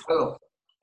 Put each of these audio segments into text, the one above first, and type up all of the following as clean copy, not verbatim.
Alors,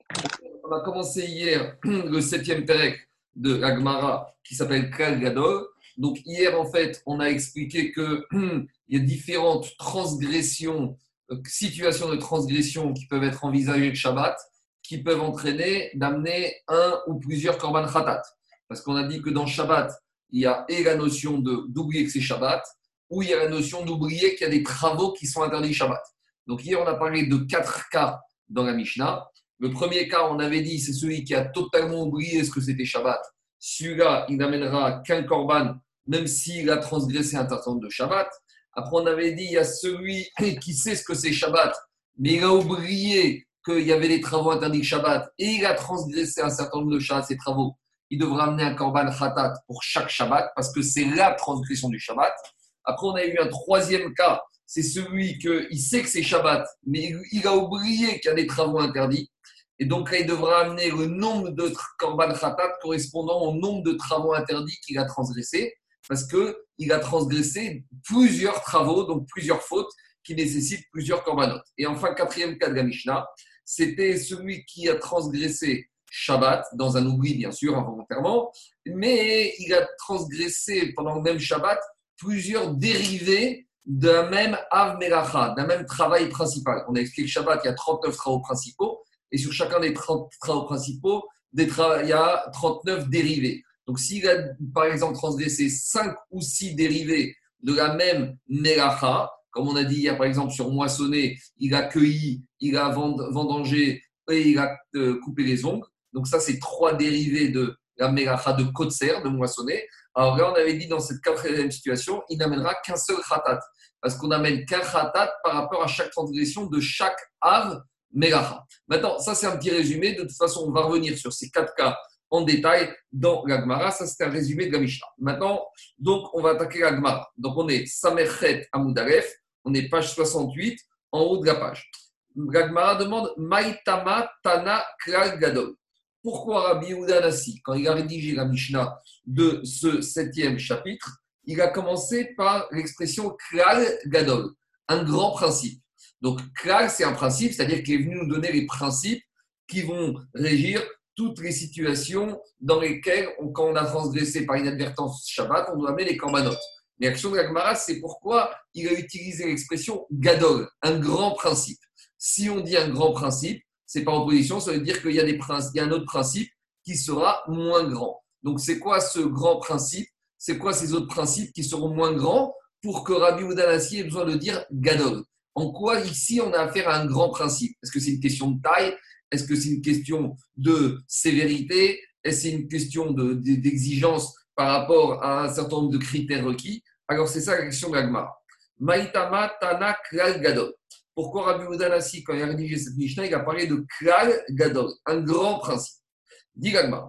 on a commencé hier le septième Pérec de la Gemara qui s'appelle Klal Gadol. Donc, hier, en fait, on a expliqué qu'il y a différentes transgressions, situations de transgression qui peuvent être envisagées de Shabbat, qui peuvent entraîner d'amener un ou plusieurs Korban Khatat. Parce qu'on a dit que dans Shabbat, il y a et la notion d'oublier que c'est Shabbat, ou il y a la notion d'oublier qu'il y a des travaux qui sont interdits Shabbat. Donc, hier, on a parlé de 4 cas dans la Mishnah. Le premier cas, on avait dit, c'est celui qui a totalement oublié ce que c'était Shabbat. Celui-là, il n'amènera qu'un korban, même s'il a transgressé un certain nombre de Shabbat. Après, on avait dit, il y a celui qui sait ce que c'est Shabbat, mais il a oublié qu'il y avait des travaux interdits Shabbat et il a transgressé un certain nombre de ces travaux. Il devra amener un korban khatat pour chaque Shabbat parce que c'est la transgression du Shabbat. Après, on a eu un troisième cas, c'est celui qui sait que c'est Shabbat, mais il a oublié qu'il y a des travaux interdits. Et donc là, il devra amener le nombre de korban khatat correspondant au nombre de travaux interdits qu'il a transgressés, parce qu'il a transgressé plusieurs travaux, donc plusieurs fautes, qui nécessitent plusieurs korbanot. Et enfin, quatrième cas de la Mishnah, c'était celui qui a transgressé Shabbat, dans un oubli bien sûr, involontairement, mais il a transgressé pendant le même Shabbat plusieurs dérivés d'un même Av Melacha, d'un même travail principal. On a expliqué que Shabbat, il y a 39 travaux principaux, et sur chacun des 30 travaux principaux, il y a 39 dérivés. Donc, s'il a, par exemple, transgressé 5 ou 6 dérivés de la même Melacha, comme on a dit hier, par exemple, sur moissonner, il a cueilli, il a vendangé et il a coupé les ongles. Donc, ça, c'est 3 dérivés de la Melacha de Kotser, de moissonner. Alors là, on avait dit dans cette quatrième situation, il n'amènera qu'un seul khatat. Parce qu'on n'amène qu'un khatat par rapport à chaque transgression de chaque Av Melacha. Maintenant, ça, c'est un petit résumé. De toute façon, on va revenir sur ces 4 cas en détail dans la Gemara. Ça, c'est un résumé de la Mishnah. Maintenant, donc, on va attaquer la Gemara. Donc, on est Samerchet Amoud Aleph. On est page 68, en haut de la page. La Gemara demande Maïtama Tana Klal Gadol. Pourquoi Rabbi Yehuda Nassi, quand il a rédigé la Mishnah de ce 7e chapitre, il a commencé par l'expression Klal Gadol, un grand principe. Donc, Klal, c'est un principe, c'est-à-dire qu'il est venu nous donner les principes qui vont régir toutes les situations dans lesquelles, quand on a transgressé par inadvertance Shabbat, on doit amener les korbanot. Mais l'action de la Gemara, c'est pourquoi il a utilisé l'expression Gadol, un grand principe. Si on dit un grand principe, c'est pas en opposition, ça veut dire qu'il y a, il y a un autre principe qui sera moins grand. Donc, c'est quoi ce grand principe? C'est quoi ces autres principes qui seront moins grands pour que Rabbi Yehuda Nassi ait besoin de dire Gadol? En quoi, ici, on a affaire à un grand principe? Est-ce que c'est une question de taille? Est-ce que c'est une question de sévérité? Est-ce que c'est une question d'exigence par rapport à un certain nombre de critères requis? Alors, c'est ça la question de la Gemara. Maïtama Tana Klal Gadol. Pourquoi Rabbi Yehuda Nassi, quand il a rédigé cette Mishnah, il a parlé de Klal Gadol, un grand principe? Dit la Gemara.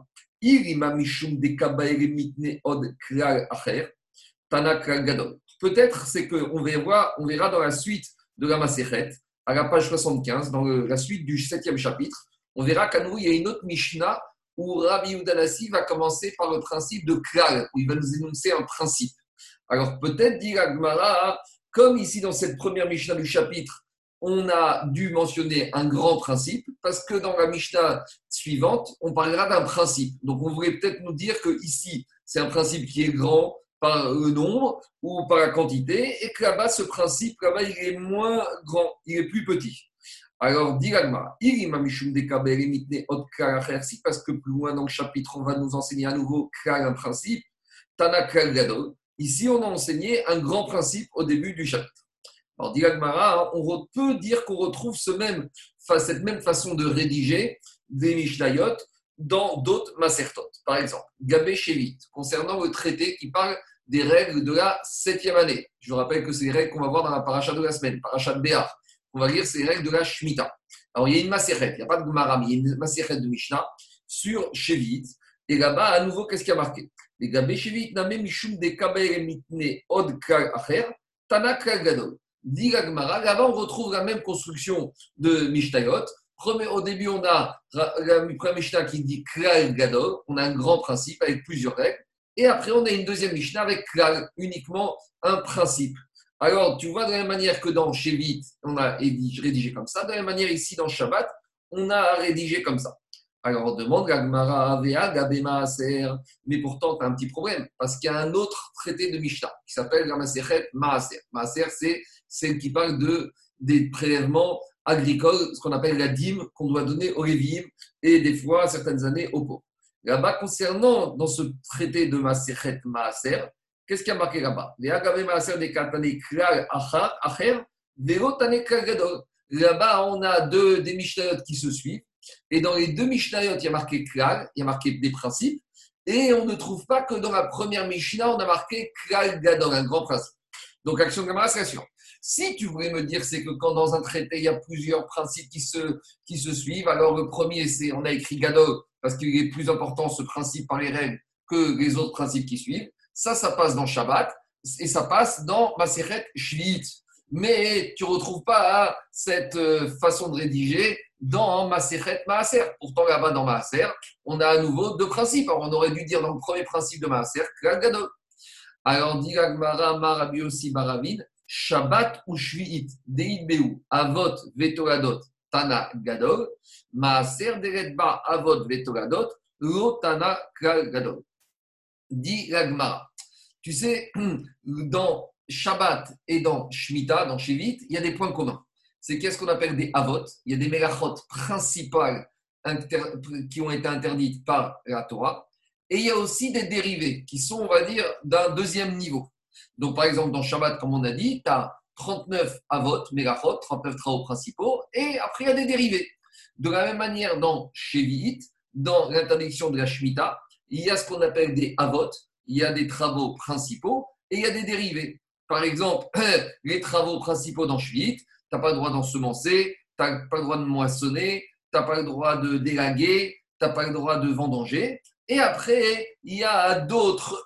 Peut-être c'est qu'on verra dans la suite de la Masechet, à la page 75, dans la suite du 7e chapitre, on verra qu'à nouveau il y a une autre Mishnah où Rabbi Yehuda Nassi va commencer par le principe de Klal, où il va nous énoncer un principe. Alors peut-être, dit la Gemara, comme ici dans cette première Mishnah du chapitre, on a dû mentionner un grand principe, parce que dans la Mishnah suivante, on parlera d'un principe. Donc, on voudrait peut-être nous dire que ici, c'est un principe qui est grand par le nombre ou par la quantité, et que là-bas, ce principe, là-bas, il est moins grand, il est plus petit. Alors, dit l'Agma, parce que plus loin dans le chapitre, on va nous enseigner à nouveau un principe, Tana Klal Gadol. Ici, on a enseigné un grand principe au début du chapitre. Alors, dit l'Agmara, on peut dire qu'on retrouve cette même façon de rédiger des Mishnayot dans d'autres Masertot. Par exemple, Gabé Shevit, concernant le traité qui parle des règles de la 7e année. Je vous rappelle que c'est les règles qu'on va voir dans la paracha de la semaine, paracha de Béar. On va lire ces règles de la Shemitah. Alors, il y a une Maseret, il n'y a pas de Gemara, mais il y a une Maseret de Mishnah sur Shevit. Et là-bas, à nouveau, qu'est-ce qui a marqué? Les Gabé Shevit, Name Mishum de Kabel Mitne Od Klal Acher, Tana Klal Gadol. Dit la Gemara, là-bas on retrouve la même construction de Mishnayot. Au début, on a la première Mishnah qui dit Klal Gadol, on a un grand principe avec plusieurs règles. Et après, on a une deuxième Mishnah avec Klal, uniquement un principe. Alors, tu vois, de la même manière que dans Shevit, on a rédigé comme ça, de la même manière ici dans Shabbat, on a rédigé comme ça. Alors on demande Gagmara Avea Gabe Maaser, mais pourtant tu as un petit problème, parce qu'il y a un autre traité de Mishnah qui s'appelle la Masechet Maaser. Maaser, c'est celle qui parle des prélèvements agricoles, ce qu'on appelle la dîme qu'on doit donner aux Lévi'im et des fois, certaines années, aux pauvres. Là-bas, concernant dans ce traité de Masechet Maaser, qu'est-ce qu'il y a marqué là-bas? Là-bas, on a des Mishnayot qui se suivent. Et dans les deux Mishnayot, il y a marqué Klal, il y a marqué des principes. Et on ne trouve pas que dans la première Mishnah, on a marqué Klal Gadol, un grand principe. Donc, action de Gamara, c'est la suivante. Si tu voulais me dire, c'est que quand dans un traité, il y a plusieurs principes qui se suivent, alors le premier, c'est on a écrit Gadol, parce qu'il est plus important ce principe par les règles que les autres principes qui suivent. Ça passe dans Shabbat et ça passe dans Masechet Shvi'it. Mais tu ne retrouves pas cette façon de rédiger dans Masechet Maaser. Pourtant, là-bas, dans Maaser, on a à nouveau deux principes. Alors, on aurait dû dire dans le premier principe de Maaser, Klal Gadol. Alors, dit Agmara, Marabi aussi Baravin, Shabbat ou Shvi'it, Deidbeu, Avot, Vetoladot, Tana Gadol, Maaser Deredba, Avot, Vetoladot, Lo Tana Klal Gadol. Dit l'Agmara. Tu sais, dans Shabbat et dans Shemitah, dans Shevit, il y a des points communs. C'est qu'est-ce qu'on appelle des avot. Il y a des mélachot principales qui ont été interdites par la Torah. Et il y a aussi des dérivés qui sont, on va dire, d'un deuxième niveau. Donc, par exemple, dans Shabbat, comme on a dit, tu as 39 avot, mélachot, 39 travaux principaux. Et après, il y a des dérivés. De la même manière, dans Shevit, dans l'interdiction de la Shemitah, il y a ce qu'on appelle des avot, il y a des travaux principaux et il y a des dérivés. Par exemple, les travaux principaux dans Shvi'it, tu n'as pas le droit d'ensemencer, tu n'as pas le droit de moissonner, tu n'as pas le droit de délaguer, tu n'as pas le droit de vendanger. Et après, il y a d'autres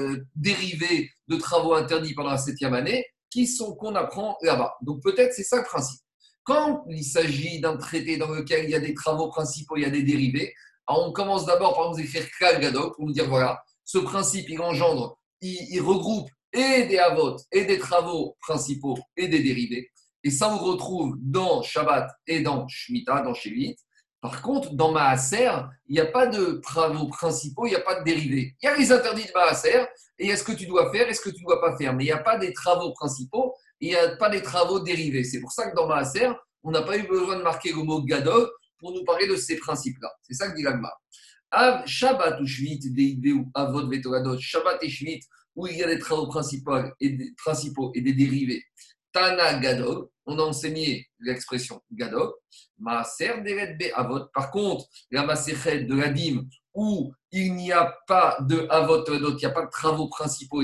dérivés de travaux interdits pendant la 7e année qu'on apprend là-bas. Donc peut-être c'est ça le principe. Quand il s'agit d'un traité dans lequel il y a des travaux principaux, il y a des dérivés, alors on commence d'abord par nous écrire Klal Gadol pour nous dire voilà, ce principe il engendre, il regroupe et des avot, et des travaux principaux, et des dérivés. Et ça, on retrouve dans Shabbat et dans Shemitah, dans Shevit. Par contre, dans Maaser, il n'y a pas de travaux principaux, il n'y a pas de dérivés. Il y a les interdits de Maaser, et est-ce que tu dois faire, est-ce que tu ne dois pas faire. Mais il n'y a pas des travaux principaux, et il n'y a pas des travaux dérivés. C'est pour ça que dans Maaser, on n'a pas eu besoin de marquer le mot Gadol pour nous parler de ces principes-là. C'est ça que dit l'Agma. Shabbat ou Shvit, Deidbeu, Avot, Vetoladot, Shabbat et Shvit, où il y a des travaux principaux et des dérivés. Tana Gadol, on a enseigné l'expression Gadol. Maaser Deret Be Avot. Par contre, la Masechet de la dîme, où il n'y a pas de Avot, il n'y a pas de travaux principaux et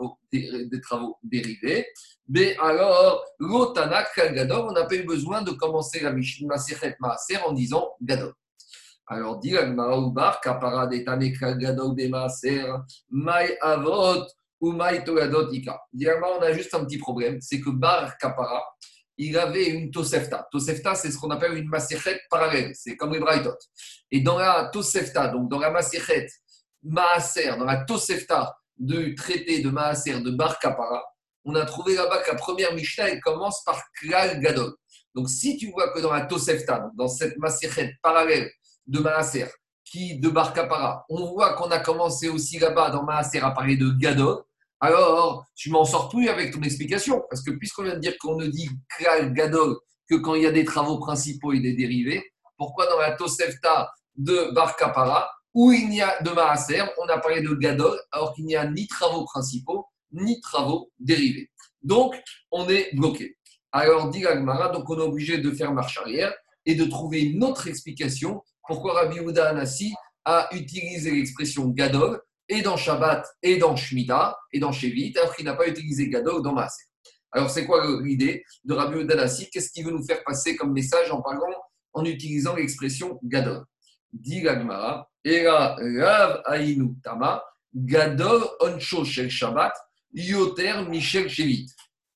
des travaux dérivés. Mais alors, l'Otana Klal Gadol, on n'a pas eu besoin de commencer la Masechet Maaser en disant Gadol. Alors, dit l'Agmara Ubar, Kapara de Tane Klal Gadol de Maaser, Mai Avot ou Mai Toladot Ika. Dit l'Agmara, on a juste un petit problème, c'est que Bar Kapara, il avait une Tosefta. Tosefta, c'est ce qu'on appelle une Masechet parallèle, c'est comme les Braithot. Et dans la Tosefta, donc dans la Masechet Maaser, dans la Tosefta du traité de Maaser de Bar Kapara, on a trouvé là-bas que la première Mishnah, elle commence par Klal Gadol. Donc, si tu vois que dans la Tosefta, dans cette Masechet parallèle de Maaser, de Bar Kapara, on voit qu'on a commencé aussi là-bas dans Maaser à parler de Gadol, alors tu m'en sors plus avec ton explication. Parce que puisqu'on vient de dire qu'on ne dit Klal Gadol que quand il y a des travaux principaux et des dérivés, pourquoi dans la Tosefta de Bar Kapara, où il n'y a de Maaser, on a parlé de Gadol, alors qu'il n'y a ni travaux principaux, ni travaux dérivés. Donc, on est bloqué. Alors, dit l'Agmara, donc on est obligé de faire marche arrière et de trouver une autre explication pourquoi Rabbi Yehuda Hanassi a utilisé l'expression Gadol et dans Shabbat et dans Shemitah et dans Shevit, alors qu'il n'a pas utilisé Gadol dans Maaser. Alors, c'est quoi l'idée de Rabbi Yehuda Hanassi? Qu'est-ce qu'il veut nous faire passer comme message en utilisant l'expression Gadol? Dit l'Agmara, Era Rav Ainu Tama, Gadol Oncho Shel Shabbat, Yoter Michel Shevit.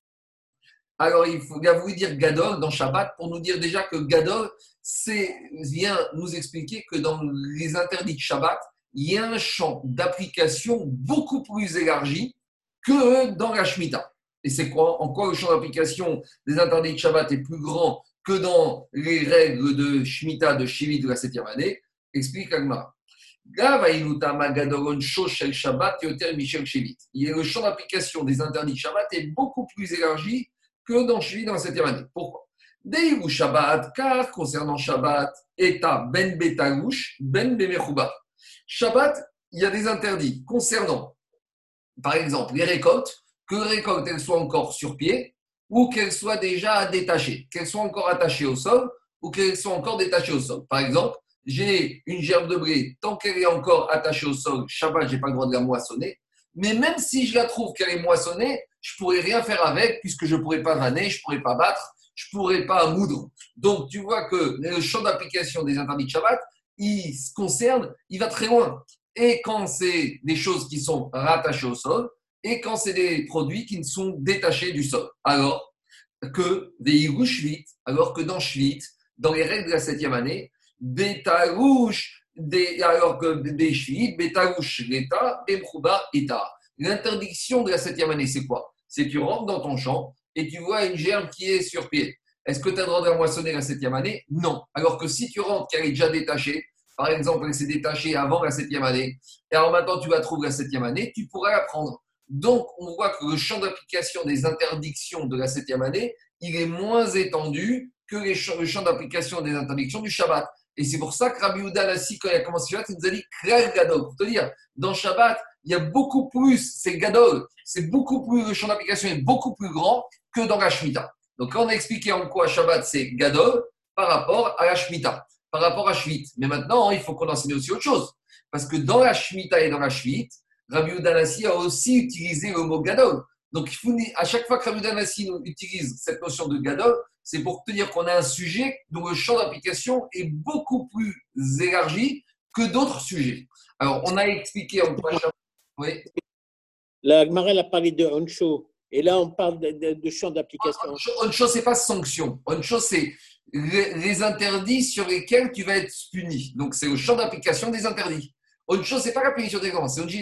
Alors, il a voulu dire Gadol dans Shabbat pour nous dire déjà que Gadol vient nous expliquer que dans les interdits de Shabbat, il y a un champ d'application beaucoup plus élargi que dans la Shemitah. Et c'est quoi, en quoi le champ d'application des interdits de Shabbat est plus grand que dans les règles de Shemitah, de Shivit de la septième année. Explique Agmara. Le champ d'application des interdits de Shabbat est beaucoup plus élargi que dans Shivit dans la septième année. Pourquoi? Deilu Shabbat, car concernant Shabbat, Eta ben betalouche, ben bemechouba. Shabbat, il y a des interdits concernant, par exemple, les récoltes, que les récoltes elles soient encore sur pied ou qu'elles soient déjà détachées, qu'elles soient encore attachées au sol ou qu'elles soient encore détachées au sol. Par exemple, j'ai une gerbe de blé, tant qu'elle est encore attachée au sol, Shabbat, je n'ai pas le droit de la moissonner. Mais même si je la trouve qu'elle est moissonnée, je ne pourrais rien faire avec puisque je ne pourrais pas vanner, je ne pourrais pas battre, je ne pourrais pas moudre. Donc, tu vois que le champ d'application des interdits de Shabbat, il se concerne, il va très loin. Et quand c'est des choses qui sont rattachées au sol, et quand c'est des produits qui ne sont détachés du sol. Alors que dans Shvit, dans les règles de la septième année, alors que des Shvit, Betarouche, l'État, Emchouba, État. L'interdiction de la septième année, c'est quoi? C'est que tu rentres dans ton champ et tu vois une gerbe qui est sur pied. Est-ce que tu as le droit de la moissonner la septième année? Non. Alors que si tu rentres qu'elle est déjà détachée, par exemple, elle s'est détachée avant la septième année, et alors maintenant tu vas trouver la septième année, tu pourras la prendre. Donc, on voit que le champ d'application des interdictions de la septième année, il est moins étendu que le champ d'application des interdictions du Shabbat. Et c'est pour ça que Rabbi Yehuda Lassi, quand il a commencé Shabbat, il nous a dit Klal Gadol. Pour te dire, dans Shabbat, il y a beaucoup plus, c'est Gadol, c'est beaucoup plus, le champ d'application est beaucoup plus grand que dans la Shemitah. Donc, on a expliqué en quoi Shabbat, c'est Gadol par rapport à la Shemitah, par rapport à Shvit. Mais maintenant, il faut qu'on enseigne aussi autre chose. Parce que dans la Shemitah et dans la Shvit, Rabbi Yehuda Lassi a aussi utilisé le mot Gadol. Donc, il faut, à chaque fois que Rabbi Yehuda Lassi utilise cette notion de Gadol, c'est pour te dire qu'on a un sujet dont le champ d'application est beaucoup plus élargi que d'autres sujets. Alors, on a expliqué en quoi. Oui. La Gemara a parlé de Honsho, et là, on parle de champ d'application. Honsho, ce n'est pas sanction. Honsho, c'est les interdits sur lesquels tu vas être puni. Donc, c'est le champ d'application des interdits. Autre chose, ce n'est pas la punition des grands, c'est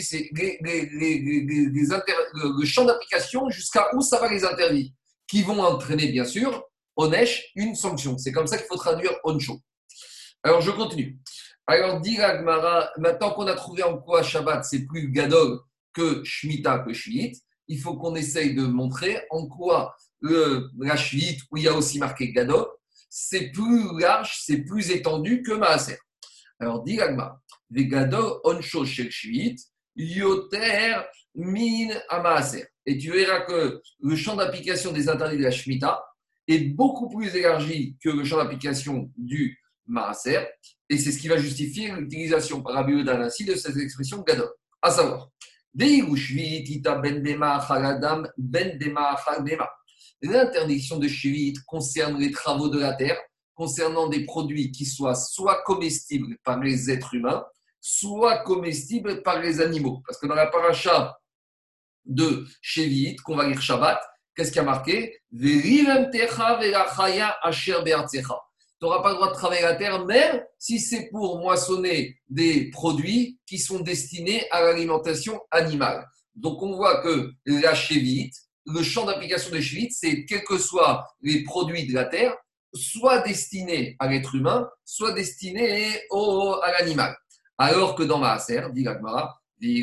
le champ d'application jusqu'à où ça va les interdits, qui vont entraîner, bien sûr, Onesh, une sanction. C'est comme ça qu'il faut traduire Oncho. Alors, je continue. Alors, dit la Gemara, maintenant qu'on a trouvé en quoi Shabbat, c'est plus Gadol que Shemitah, que Shvit, il faut qu'on essaye de montrer en quoi la Shvit, où il y a aussi marqué Gadol, c'est plus large, c'est plus étendu que Maaser. Alors, dit la Gemara, Vegadol Oncho Shel Shvit, Yoter Min Amaaser. Et tu verras que le champ d'application des interdits de la Shemitah est beaucoup plus élargi que le champ d'application du Maaser. Et c'est ce qui va justifier l'utilisation par Rabbi Yehuda Lassi de cette expression Gadol. À savoir, Deigu Shvit, Ita Ben Dema Chaladam, Ben Dema Chaldema. L'interdiction de Shvit concerne les travaux de la terre, concernant des produits qui soient soit comestibles par les êtres humains, soit comestibles par les animaux. Parce que dans la paracha de Shevit, qu'on va lire Shabbat, qu'est-ce qui a marqué? Tu n'auras pas le droit de travailler la terre, même si c'est pour moissonner des produits qui sont destinés à l'alimentation animale. Donc, on voit que la Shevit, le champ d'application de Shevit, c'est quels que soient les produits de la terre, soit destinés à l'être humain, soit destinés à l'animal. Alors que dans Maaser, dit la Gemara,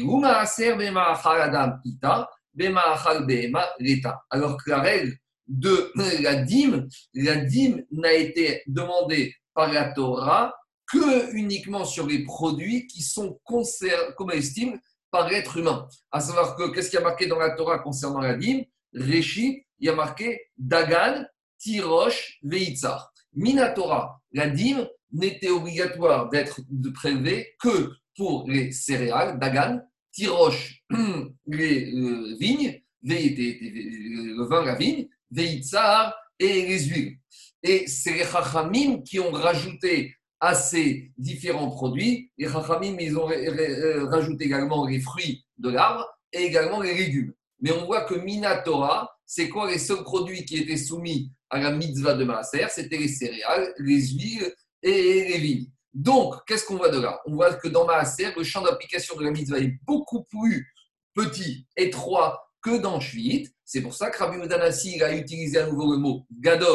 alors que la règle de la dîme n'a été demandée par la Torah que uniquement sur les produits qui sont comestibles par l'être humain. À savoir que, qu'est-ce qu'il y a marqué dans la Torah concernant la dîme? Réchit, il y a marqué Dagan, Tirosh, Veitzar. Minatora, la dîme n'était obligatoire d'être prélevée que pour les céréales, Dagan, Tirosh, les vignes, le vin, la vigne, Veitzar et les huiles. Et c'est les Chachamim qui ont rajouté à ces différents produits. Les Chachamim, ils ont rajouté également les fruits de l'arbre et également les légumes. Mais on voit que Minatora, c'est quoi les seuls produits qui étaient soumis à la mitzvah de Maaser? C'était les céréales, les huiles et les vignes. Donc, qu'est-ce qu'on voit de là? On voit que dans Maaser, le champ d'application de la mitzvah est beaucoup plus petit, étroit que dans Shvit. C'est pour ça que Rabbi Yehuda Lassi a utilisé à nouveau le mot Gadol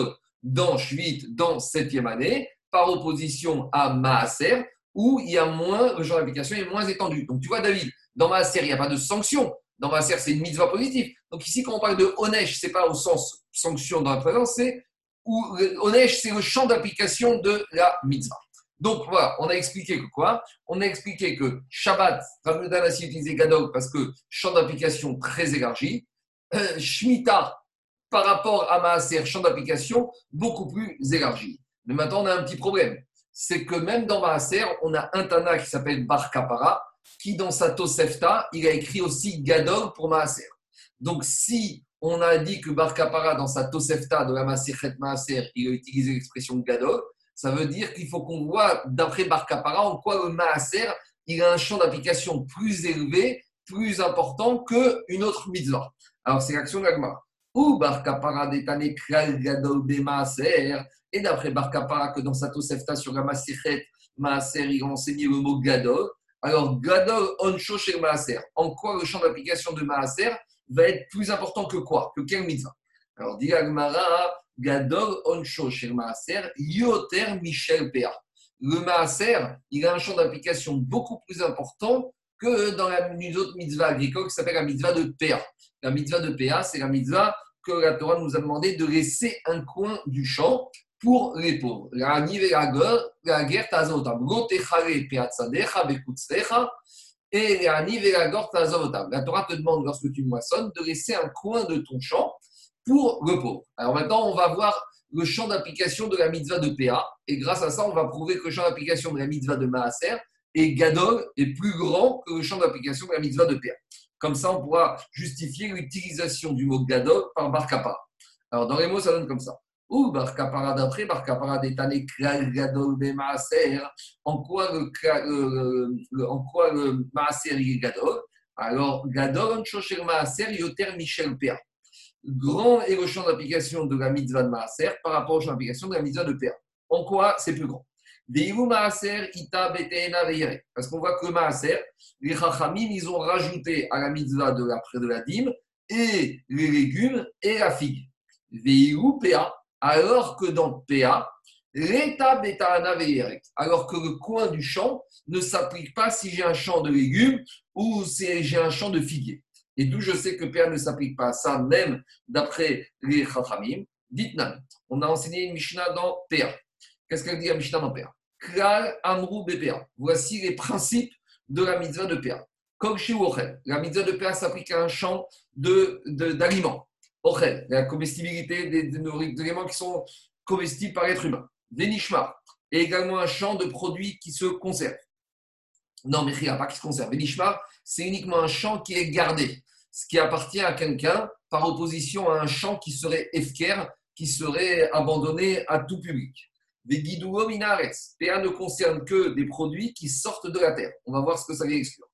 dans Shvit, dans 7e année, par opposition à Maaser, où il y a moins, le champ d'application est moins étendu. Donc tu vois, David, dans Maaser, il n'y a pas de sanction. Dans Maaser, c'est une mitzvah positive. Donc ici, quand on parle de Onesh, ce n'est pas au sens sanction dans la présence, c'est où Onesh, c'est le champ d'application de la mitzvah. Donc voilà, on a expliqué que quoi? On a expliqué que Shabbat, Rav Yehuda Hanassi utilisait Gadol parce que champ d'application très élargi. Shemitah, par rapport à Maaser, champ d'application beaucoup plus élargi. Mais maintenant, on a un petit problème. C'est que même dans Maaser, on a un Tana qui s'appelle Bar Kapara, qui dans sa Tosefta, il a écrit aussi Gadol pour Maaser. Donc si on a dit que Bar Kapara, dans sa Tosefta de la Maserhet Maaser, il a utilisé l'expression Gadol, ça veut dire qu'il faut qu'on voit, d'après Bar Kapara, en quoi le Maaser, il a un champ d'application plus élevé, plus important qu'une autre mitzvah. Alors, c'est l'action de l'Agma. Ou Bar Kapara détané Klal Gadol be Maaser. Et d'après Bar Kapara, que dans sa Tosefta sur la Maserhet Maaser, il a enseigné le mot Gadol. Alors, Gadol Onsho chez Maaser. En quoi le champ d'application de Maaser va être plus important que quoi? Que quelle mitzvah? Alors, dit Agmara, Gadol Onsho chez Maaser, Yoter Michel Pea. Le Maaser, il a un champ d'application beaucoup plus important que dans une autre mitzvah agricole qui s'appelle la mitzvah de Pea. La mitzvah de Pea, c'est la mitzvah que la Torah nous a demandé de laisser un coin du champ pour les pauvres. La guerre tazotam. Gotechare peatzadecha bekutztecha. Et la gor tazotam. La Torah te demande, lorsque tu moissonnes, de laisser un coin de ton champ pour le pauvre. Alors maintenant, on va voir le champ d'application de la mitzvah de Péa. Et grâce à ça, on va prouver que le champ d'application de la mitzvah de Maaser est Gadol est plus grand que le champ d'application de la mitzvah de Péa. Comme ça, on pourra justifier l'utilisation du mot Gadol par Bar Kapara. Alors, dans les mots, ça donne comme ça. Ou Bar Kapara d'après, Bar Kapara détané Klal Gadol be Maaser. En quoi le Maaser est Gadol? Alors, Gadol, on cherche le Maaser, Yoter Michel Péa. Grand est le champ d'application de la mitzvah de Maaser par rapport au champ d'application de la mitzvah de Péa. En quoi c'est plus grand? Parce qu'on voit que le Maaser, les Chachamim, ils ont rajouté à la mitzvah de la dîme et les légumes et la figue. Veilou Péa, alors que dans Péa, l'état bêta alors que le coin du champ ne s'applique pas si j'ai un champ de légumes ou si j'ai un champ de figuier. Et d'où je sais que Péa ne s'applique pas à ça, même d'après les Chachamim. Dites-nous, on a enseigné une Mishnah dans Péa. Qu'est-ce qu'elle dit la Mishnah dans Péa? Klal Amrou Bepéa. Voici les principes de la mitzvah de Péa. Comme chez Ochel, la mitzvah de Péa s'applique à un champ d'aliments. Ochel, la comestibilité des aliments qui sont comestibles par l'être humain. Venishmar, et également un champ de produits qui se conservent. Non, mais il n'y a pas qui se conserve. Venishmar, c'est uniquement un champ qui est gardé, ce qui appartient à quelqu'un par opposition à un champ qui serait efker, qui serait abandonné à tout public. Des guidouo minares. PA ne concerne que des produits qui sortent de la terre. On va voir ce que ça vient exclure.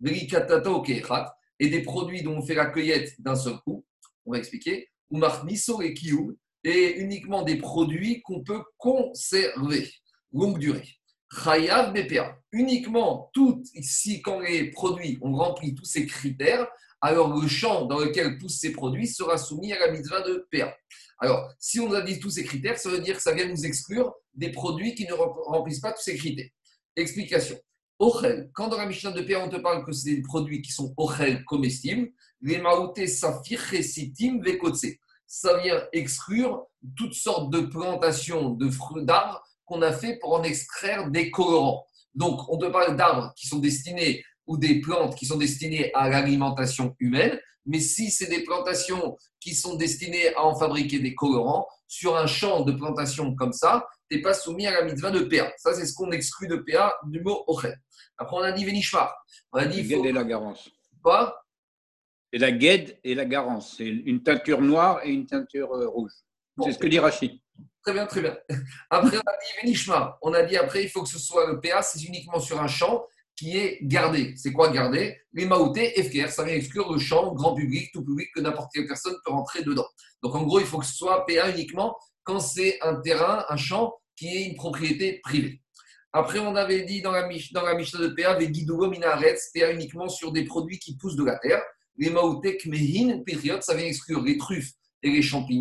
Et des produits dont on fait la cueillette d'un seul coup. On va expliquer. Umar miso et kiyum. Et uniquement des produits qu'on peut conserver. Longue durée. Chayav BPA. Uniquement tout ici, quand les produits ont rempli tous ces critères, alors le champ dans lequel poussent ces produits sera soumis à la mitzvah de PA. Alors, si on a dit tous ces critères, ça veut dire que ça vient nous exclure des produits qui ne remplissent pas tous ces critères. Explication. Ochel, quand dans la Mishnah de PA, on te parle que c'est des produits qui sont ochel comestibles, les maouté safir chesitim vekotse. Ça vient exclure toutes sortes de plantations de fruits d'arbres qu'on a fait pour en extraire des colorants. Donc, on te parle d'arbres qui sont destinés ou des plantes qui sont destinées à l'alimentation humaine, mais si c'est des plantations qui sont destinées à en fabriquer des colorants, sur un champ de plantation comme ça, tu n'es pas soumis à la mitzvah de PA. Ça, c'est ce qu'on exclut de PA du mot Ochel. Après, on a dit Venishmar. On a dit. La guêde et la garance. Quoi? Et la guêde et la garance. C'est une teinture noire et une teinture rouge. Bon. C'est ce que dit Rachid. Très bien, très bien. Après, on a dit Venishmar. On a dit après, il faut que ce soit le PA, c'est uniquement sur un champ qui est gardé. C'est quoi garder? Les maoutés, FKR, ça vient exclure le champ, grand public, tout public, que n'importe quelle personne peut rentrer dedans. Donc en gros, il faut que ce soit PA uniquement quand c'est un terrain, un champ qui est une propriété privée. Après, on avait dit dans la Mishnah de PA, les guidougo minaretz, PA uniquement sur des produits qui poussent de la terre. Les maoutés, kmehin, période, ça vient exclure les truffes et les champignons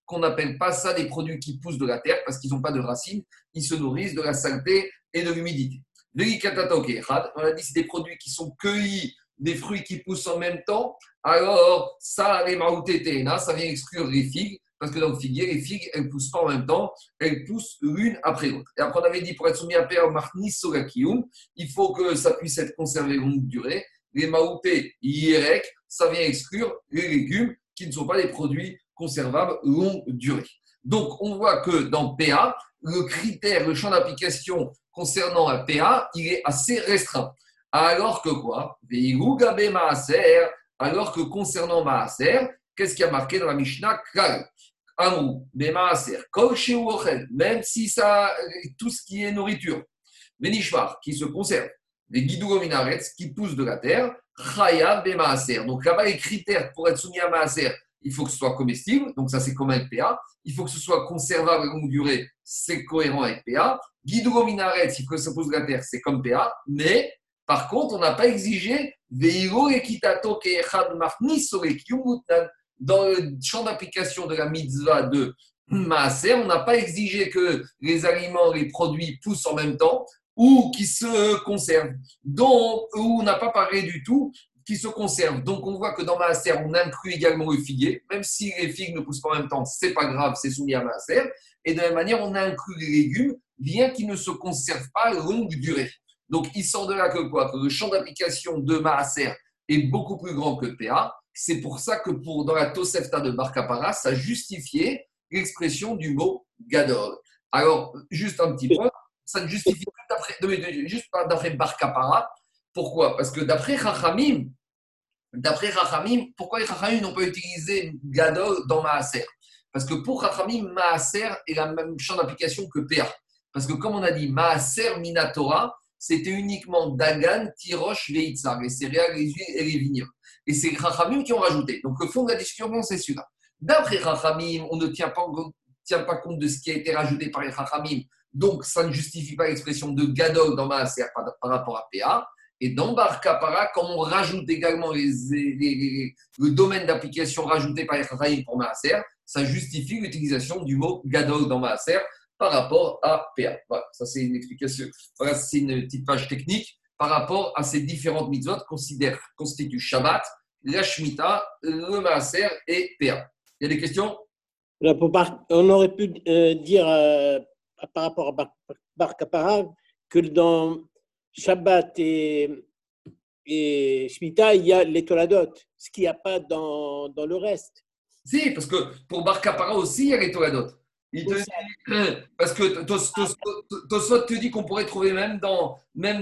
qu'on n'appelle pas ça des produits qui poussent de la terre parce qu'ils n'ont pas de racines, ils se nourrissent de la saleté et de l'humidité. On a dit c'est des produits qui sont cueillis, des fruits qui poussent en même temps. Alors, ça, les maoutéténa, ça vient exclure les figues, parce que dans le figuier, les figues, elles ne poussent pas en même temps, elles poussent l'une après l'autre. Et après, on avait dit, pour être soumis à Péa Marni Sogakium, il faut que ça puisse être conservé longue durée. Les maouté yérek, ça vient exclure les légumes qui ne sont pas des produits conservables longue durée. Donc, on voit que dans PA, le critère, le champ d'application concernant la PA, il est assez restreint. Alors que quoi? Alors que concernant Maaser, qu'est-ce qui a marqué dans la Mishnah? Amrou, Maaser, Kol Sheu Ochel, même si ça, tout ce qui est nourriture, Benishmar, qui se conserve, les Gidou Minaretz, qui poussent de la terre, Chayav Maaser. Donc là-bas, les critères pour être soumis à Maaser, il faut que ce soit comestible, donc ça c'est comme avec PA. Il faut que ce soit conservable à longue durée, c'est cohérent avec PA. Guidou minaret, il faut que ça pousse de la terre, c'est comme PA. Mais par contre, on n'a pas exigé dans le champ d'application de la mitzvah de Maaser, on n'a pas exigé que les aliments, les produits poussent en même temps ou qui se conservent. Donc, où on n'a pas parlé du tout qui se conservent. Donc, on voit que dans Maaser, on inclut également le figuier. Même si les figues ne poussent pas en même temps, c'est pas grave, c'est soumis à Maaser. Et de la même manière, on inclut les légumes, bien qu'ils ne se conservent pas à longue durée. Donc, il sort de là que quoi? Que le champ d'application de Maaser est beaucoup plus grand que PA. C'est pour ça que dans la Tosefta de Bar Kapara, ça justifiait l'expression du mot Gadol. Alors, juste un petit point, ça ne justifie pas juste d'après Bar Kapara. Pourquoi? Parce que d'après Chachamim, pourquoi les Chachamim n'ont pas utilisé Gadol dans Maaser? Parce que pour Chachamim, Maaser est la même champ d'application que PA. Parce que comme on a dit, Maaser Minatora, c'était uniquement Dagan, Tirosh, Veitzar, les céréales, les huiles et les vignes. Et c'est Chachamim qui ont rajouté. Donc le fond de la discussion, c'est celui-là. D'après Chachamim, on ne tient pas compte de ce qui a été rajouté par les Chachamim. Donc ça ne justifie pas l'expression de Gadol dans Maaser par rapport à PA. Et dans Bar Kapara, quand on rajoute également le domaine d'application rajouté par les Chachamim pour Maaser, ça justifie l'utilisation du mot Gadol dans Maaser par rapport à PA. Voilà, ça c'est une explication. Voilà, c'est une petite page technique par rapport à ces différentes mitzvot constituent Shabbat, la Shemitah, le Maaser et PA. Il y a des questions? On aurait pu dire par rapport à Bar Kapara que dans Shabbat et Shemitah, il y a les Toladot, ce qu'il n'y a pas dans le reste. Si, parce que pour Bar Kapara aussi, il y a les Toladot. Parce que Tosfot te dit qu'on pourrait trouver même dans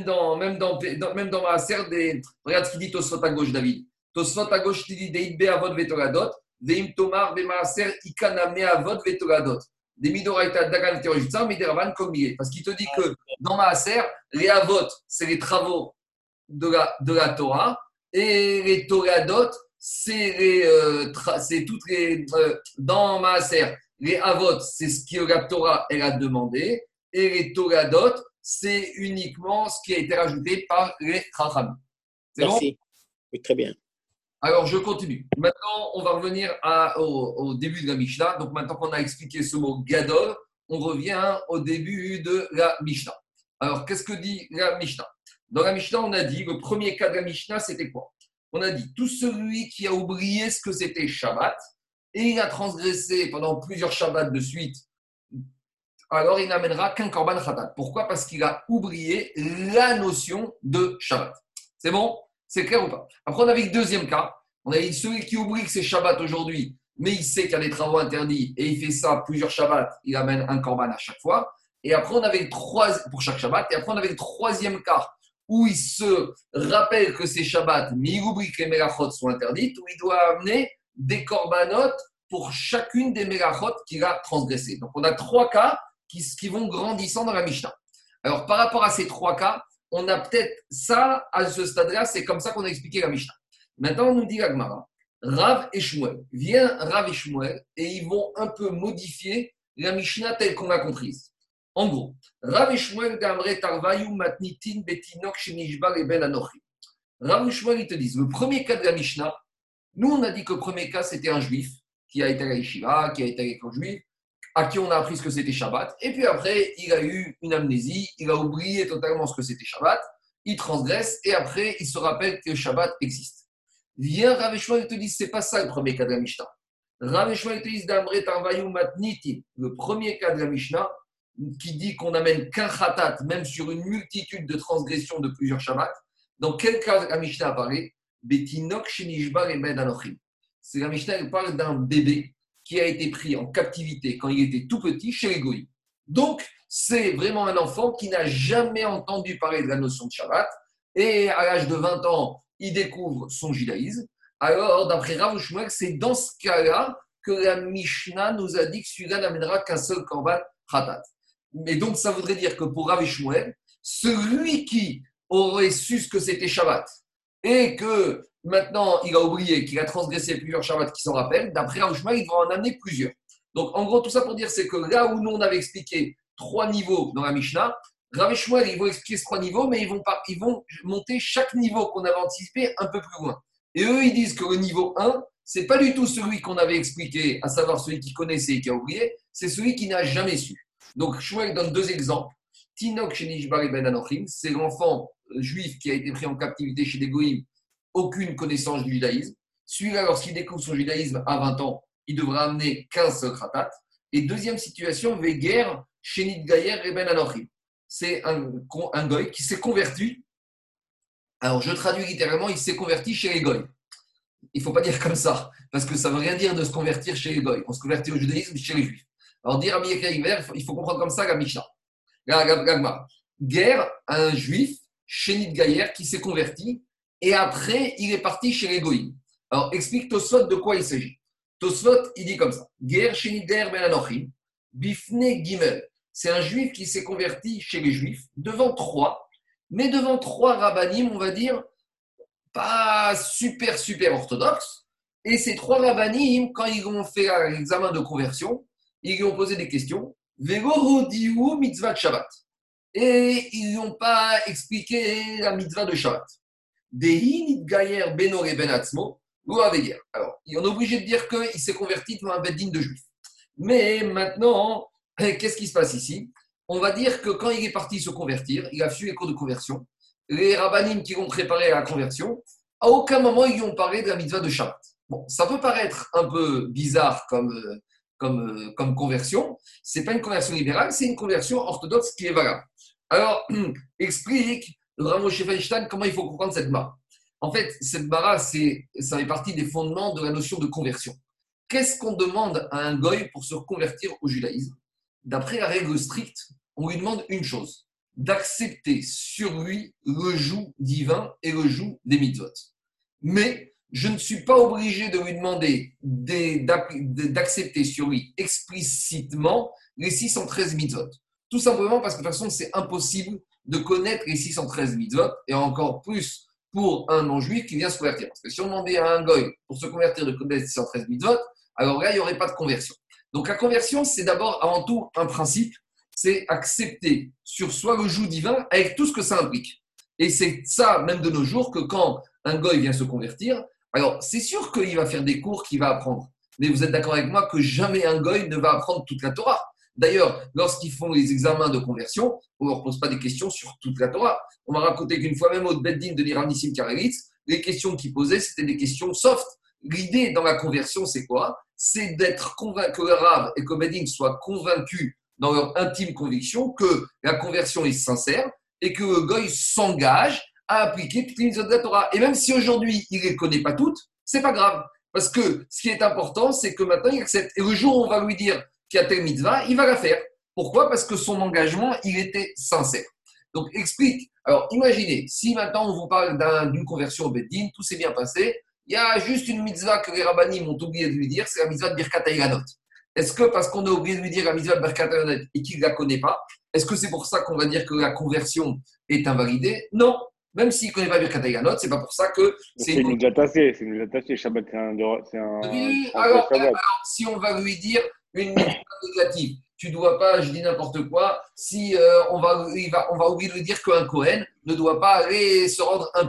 Maaser des. Regarde ce qu'il dit Tosfot à gauche, David. Tosfot à gauche, il dit Deidbe Avod Vetoladot, Deim Tomar Bemaaser Ikaname Avod Vetoladot. Des Midoraita Dagan Terojitsa, Mideravan Komie. Parce qu'il te dit que dans Maaser, les Avot, c'est les travaux de la Torah, et les Toladot, c'est toutes les. Dans Maaser, les Avot, c'est ce que la Torah elle a demandé. Et les Toladot, c'est uniquement ce qui a été rajouté par les Chachamim. C'est Merci. Bon? Oui, très bien. Alors, je continue. Maintenant, on va revenir au début de la Mishnah. Donc, maintenant qu'on a expliqué ce mot Gadol, on revient au début de la Mishnah. Alors, qu'est-ce que dit la Mishnah? Dans la Mishnah, on a dit, le premier cas de la Mishnah, c'était quoi? On a dit, tout celui qui a oublié ce que c'était Shabbat, et il a transgressé pendant plusieurs Shabbats de suite, alors il n'amènera qu'un Korban Khatat. Pourquoi? Parce qu'il a oublié la notion de Shabbat. C'est bon? C'est clair ou pas? Après, on avait le deuxième cas. On a dit celui qui oublie que c'est Shabbat aujourd'hui, mais il sait qu'il y a des travaux interdits et il fait ça plusieurs Shabbats, il amène un Korban à chaque fois. Et après, on avait pour chaque Shabbat. Et après, on avait le troisième cas où il se rappelle que c'est Shabbat, mais il oublie que les Melachot sont interdites, où il doit amener des korbanot pour chacune des mélachot qu'il a transgressées. Donc, on a trois cas qui vont grandissant dans la Mishnah. Alors, par rapport à ces trois cas, on a peut-être ça, à ce stade-là, c'est comme ça qu'on a expliqué la Mishnah. Maintenant, on nous dit la Gemara, Rav et Shmuel. Vient Rav et Shmuel et ils vont un peu modifier la Mishnah telle qu'on l'a comprise. En gros, Rav et Shmuel gamre tarvayu matnitin betinok shenishba leben anochi. Rav et Shmuel, ils te disent, le premier cas de la Mishnah, nous, on a dit que le premier cas, c'était un juif qui a été à la yeshiva, qui a été à l'école juive, à qui on a appris ce que c'était Shabbat. Et puis après, il a eu une amnésie, il a oublié totalement ce que c'était Shabbat, il transgresse et après, il se rappelle que Shabbat existe. Viens, Rav Shmuel te dit, c'est pas ça le premier cas de la Mishnah. Rav Shmuel te dit, d'Amret Arvayu Matniti, le premier cas de la Mishnah, qui dit qu'on n'amène qu'un khatat, même sur une multitude de transgressions de plusieurs Shabbats. Dans quel cas la Mishnah a parlé? Betinok Shenishbar et Ben Anochim. C'est la Mishnah, elle parle d'un bébé qui a été pris en captivité quand il était tout petit chez les Goïs. Donc, c'est vraiment un enfant qui n'a jamais entendu parler de la notion de Shabbat. Et à l'âge de 20 ans, il découvre son judaïsme. Alors, d'après Rav Shmuel, c'est dans ce cas-là que la Mishnah nous a dit que celui-là n'amènera qu'un seul korban khatat. Mais donc, ça voudrait dire que pour Rav Shmuel, celui qui aurait su ce que c'était Shabbat et que maintenant il a oublié qu'il a transgressé plusieurs Shabbats qui s'en rappellent, d'après Rav Shmuel, il va en amener plusieurs. Donc, en gros, tout ça pour dire, c'est que là où nous, on avait expliqué 3 niveaux dans la Mishnah, Rav Shmuel, ils vont expliquer ces 3 niveaux, mais ils vont monter chaque niveau qu'on avait anticipé un peu plus loin. Et eux, ils disent que le niveau 1, c'est pas du tout celui qu'on avait expliqué, à savoir celui qui connaissait et qui a oublié, c'est celui qui n'a jamais su. Donc, Shmuel donne 2 exemples. Tinok Shenishbar et Ben Anochim, c'est l'enfant juif qui a été pris en captivité chez des Goïms, aucune connaissance du judaïsme. Celui-là, lorsqu'il découvre son judaïsme à 20 ans, il devra amener 15 khatat. Et deuxième situation, Veger, Shenit Gayer et Ben Anochim. C'est un goy qui s'est converti. Alors, je traduis littéralement, il s'est converti chez les goy. Il ne faut pas dire comme ça, parce que ça ne veut rien dire de se convertir chez les goy. On se convertit au judaïsme chez les juifs. Alors, dire Rabbi Akiva, il faut comprendre comme ça la Mishnah. Guerre, un juif, Shenit Gayer, qui s'est converti, et après, il est parti chez les goïms. Alors, explique Tosfot de quoi il s'agit. Tosfot, il dit comme ça. Guerre, Shenit Gayer, Ben Anochim, Bifne Gimel. C'est un juif qui s'est converti chez les juifs, devant 3, mais devant 3 rabbanim, on va dire, pas super orthodoxes. Et ces 3 rabbanim, quand ils ont fait l'examen de conversion, ils lui ont posé des questions. Vego diou mitzvah de Shabbat. Et ils n'ont pas expliqué la mitzvah de Shabbat. Dehi gayer beno et ben atzmo, ou aveger. Alors, on est obligé de dire qu'il s'est converti devant un beddin de juifs. Mais maintenant, qu'est-ce qui se passe ici? On va dire que quand il est parti se convertir, il a su les cours de conversion. Les rabbanim qui l'ont préparé à la conversion, à aucun moment ils lui ont parlé de la mitzvah de Shabbat. Bon, ça peut paraître un peu bizarre comme conversion. Ce n'est pas une conversion libérale, c'est une conversion orthodoxe qui est valable. Alors, explique Rav Moshe Feinstein comment il faut comprendre cette mara. En fait, cette mara, ça fait partie des fondements de la notion de conversion. Qu'est-ce qu'on demande à un goy pour se convertir au judaïsme? D'après la règle stricte, on lui demande une chose, d'accepter sur lui le joug divin et le joug des mitzvot. Mais je ne suis pas obligé de lui demander d'accepter sur lui explicitement les 613 mitzvot. Tout simplement parce que de toute façon, c'est impossible de connaître les 613 mitzvot, et encore plus pour un non-juif qui vient se convertir. Parce que si on demandait à un goy pour se convertir de connaître les 613 mitzvot, alors là, il n'y aurait pas de conversion. Donc la conversion, c'est d'abord, avant tout, un principe, c'est accepter sur soi le joug divin avec tout ce que ça implique. Et c'est ça, même de nos jours, que quand un goy vient se convertir, alors c'est sûr qu'il va faire des cours qu'il va apprendre. Mais vous êtes d'accord avec moi que jamais un goy ne va apprendre toute la Torah. D'ailleurs, lorsqu'ils font les examens de conversion, on ne leur pose pas des questions sur toute la Torah. On m'a raconté qu'une fois même au Beddin de l'Iram Nissim Karelitz, les questions qu'ils posaient, c'était des questions soft. L'idée dans la conversion, c'est quoi? C'est d'être convaincu, que le Rav et que le Beddin soient convaincus dans leur intime conviction que la conversion est sincère et que le goy s'engage à appliquer toutes les mitzvot de la Torah. Et même si aujourd'hui, il ne les connaît pas toutes, ce n'est pas grave. Parce que ce qui est important, c'est que maintenant, il accepte. Et le jour où on va lui dire qu'il y a telle mitzvah, il va la faire. Pourquoi? Parce que son engagement, il était sincère. Donc, explique. Alors, imaginez, si maintenant on vous parle d'une conversion au Beddin, tout s'est bien passé, il y a juste une mitzvah que les rabbanim ont oublié de lui dire, c'est la mitzvah de Birkat HaYeganot. Est-ce que parce qu'on a oublié de lui dire la mitzvah de Birkat HaYeganot et qu'il ne la connaît pas, est-ce que c'est pour ça qu'on va dire que la conversion est invalidée? Non. Même s'il ne connaît pas Birkat HaYeganot, ce n'est pas pour ça que c'est une mitzvah tassée. C'est une mitzvah tassée. Shabbat, c'est un oui, alors, si on va lui dire une mitzvah négative, tu ne dois pas, je dis n'importe quoi, si on va oublier de lui dire qu'un Kohen ne doit pas aller se rendre impur.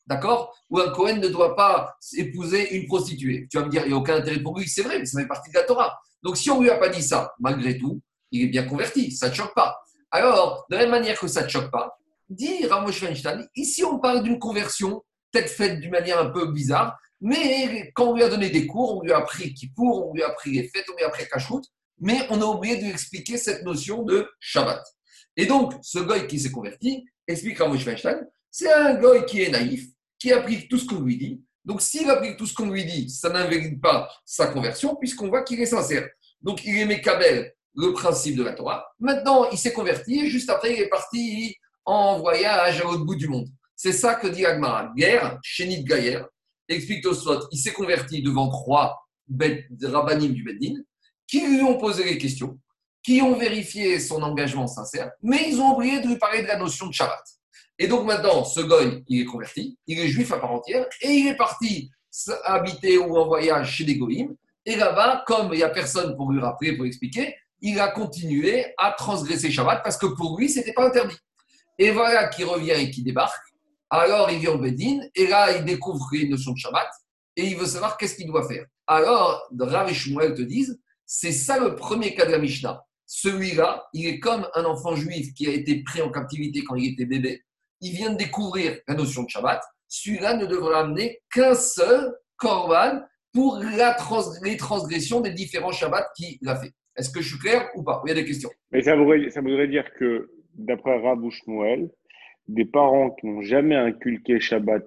D'accord? Ou un Cohen ne doit pas épouser une prostituée. Tu vas me dire, il n'y a aucun intérêt pour lui, c'est vrai, mais ça fait partie de la Torah. Donc si on ne lui a pas dit ça, malgré tout, il est bien converti, ça ne te choque pas. Alors, de la même manière que ça ne te choque pas, dit Ramosh Weinstein, ici on parle d'une conversion, peut-être faite d'une manière un peu bizarre, mais quand on lui a donné des cours, on lui a appris Kippour, on lui a appris les fêtes, on lui a appris Kashrut, mais on a oublié de lui expliquer cette notion de Shabbat. Et donc, ce goy qui s'est converti, explique Ramosh Weinstein, c'est un goy qui est naïf, qui applique tout ce qu'on lui dit. Donc, s'il applique tout ce qu'on lui dit, ça n'invalide pas sa conversion, puisqu'on voit qu'il est sincère. Donc, il aimait Kabel, le principe de la Torah. Maintenant, il s'est converti, et juste après, il est parti en voyage à l'autre bout du monde. C'est ça que dit Agmara. Guerre, Chénit Gaïer, explique Tosfot, il s'est converti devant 3 rabbanim du Beddin, qui lui ont posé les questions, qui ont vérifié son engagement sincère, mais ils ont oublié de lui parler de la notion de Shabbat. Et donc maintenant, ce goy, il est converti, il est juif à part entière, et il est parti habiter ou en voyage chez des goïms. Et là-bas, comme il n'y a personne pour lui rappeler, pour expliquer, il a continué à transgresser Shabbat parce que pour lui, ce n'était pas interdit. Et voilà qu'il revient et qu'il débarque. Alors il vient au Bédine, et là, il découvre une notion de Shabbat, et il veut savoir qu'est-ce qu'il doit faire. Alors, Rav et Shmuel te disent, c'est ça le premier cas de la Mishnah. Celui-là, il est comme un enfant juif qui a été pris en captivité quand il était bébé. Il vient de découvrir la notion de Shabbat. Celui-là ne devra amener qu'un seul korban pour les transgressions des différents Shabbats qu'il a fait. Est-ce que je suis clair ou pas? Il y a des questions. Mais ça voudrait dire que, d'après Rav ou Shmuel, des parents qui n'ont jamais inculqué Shabbat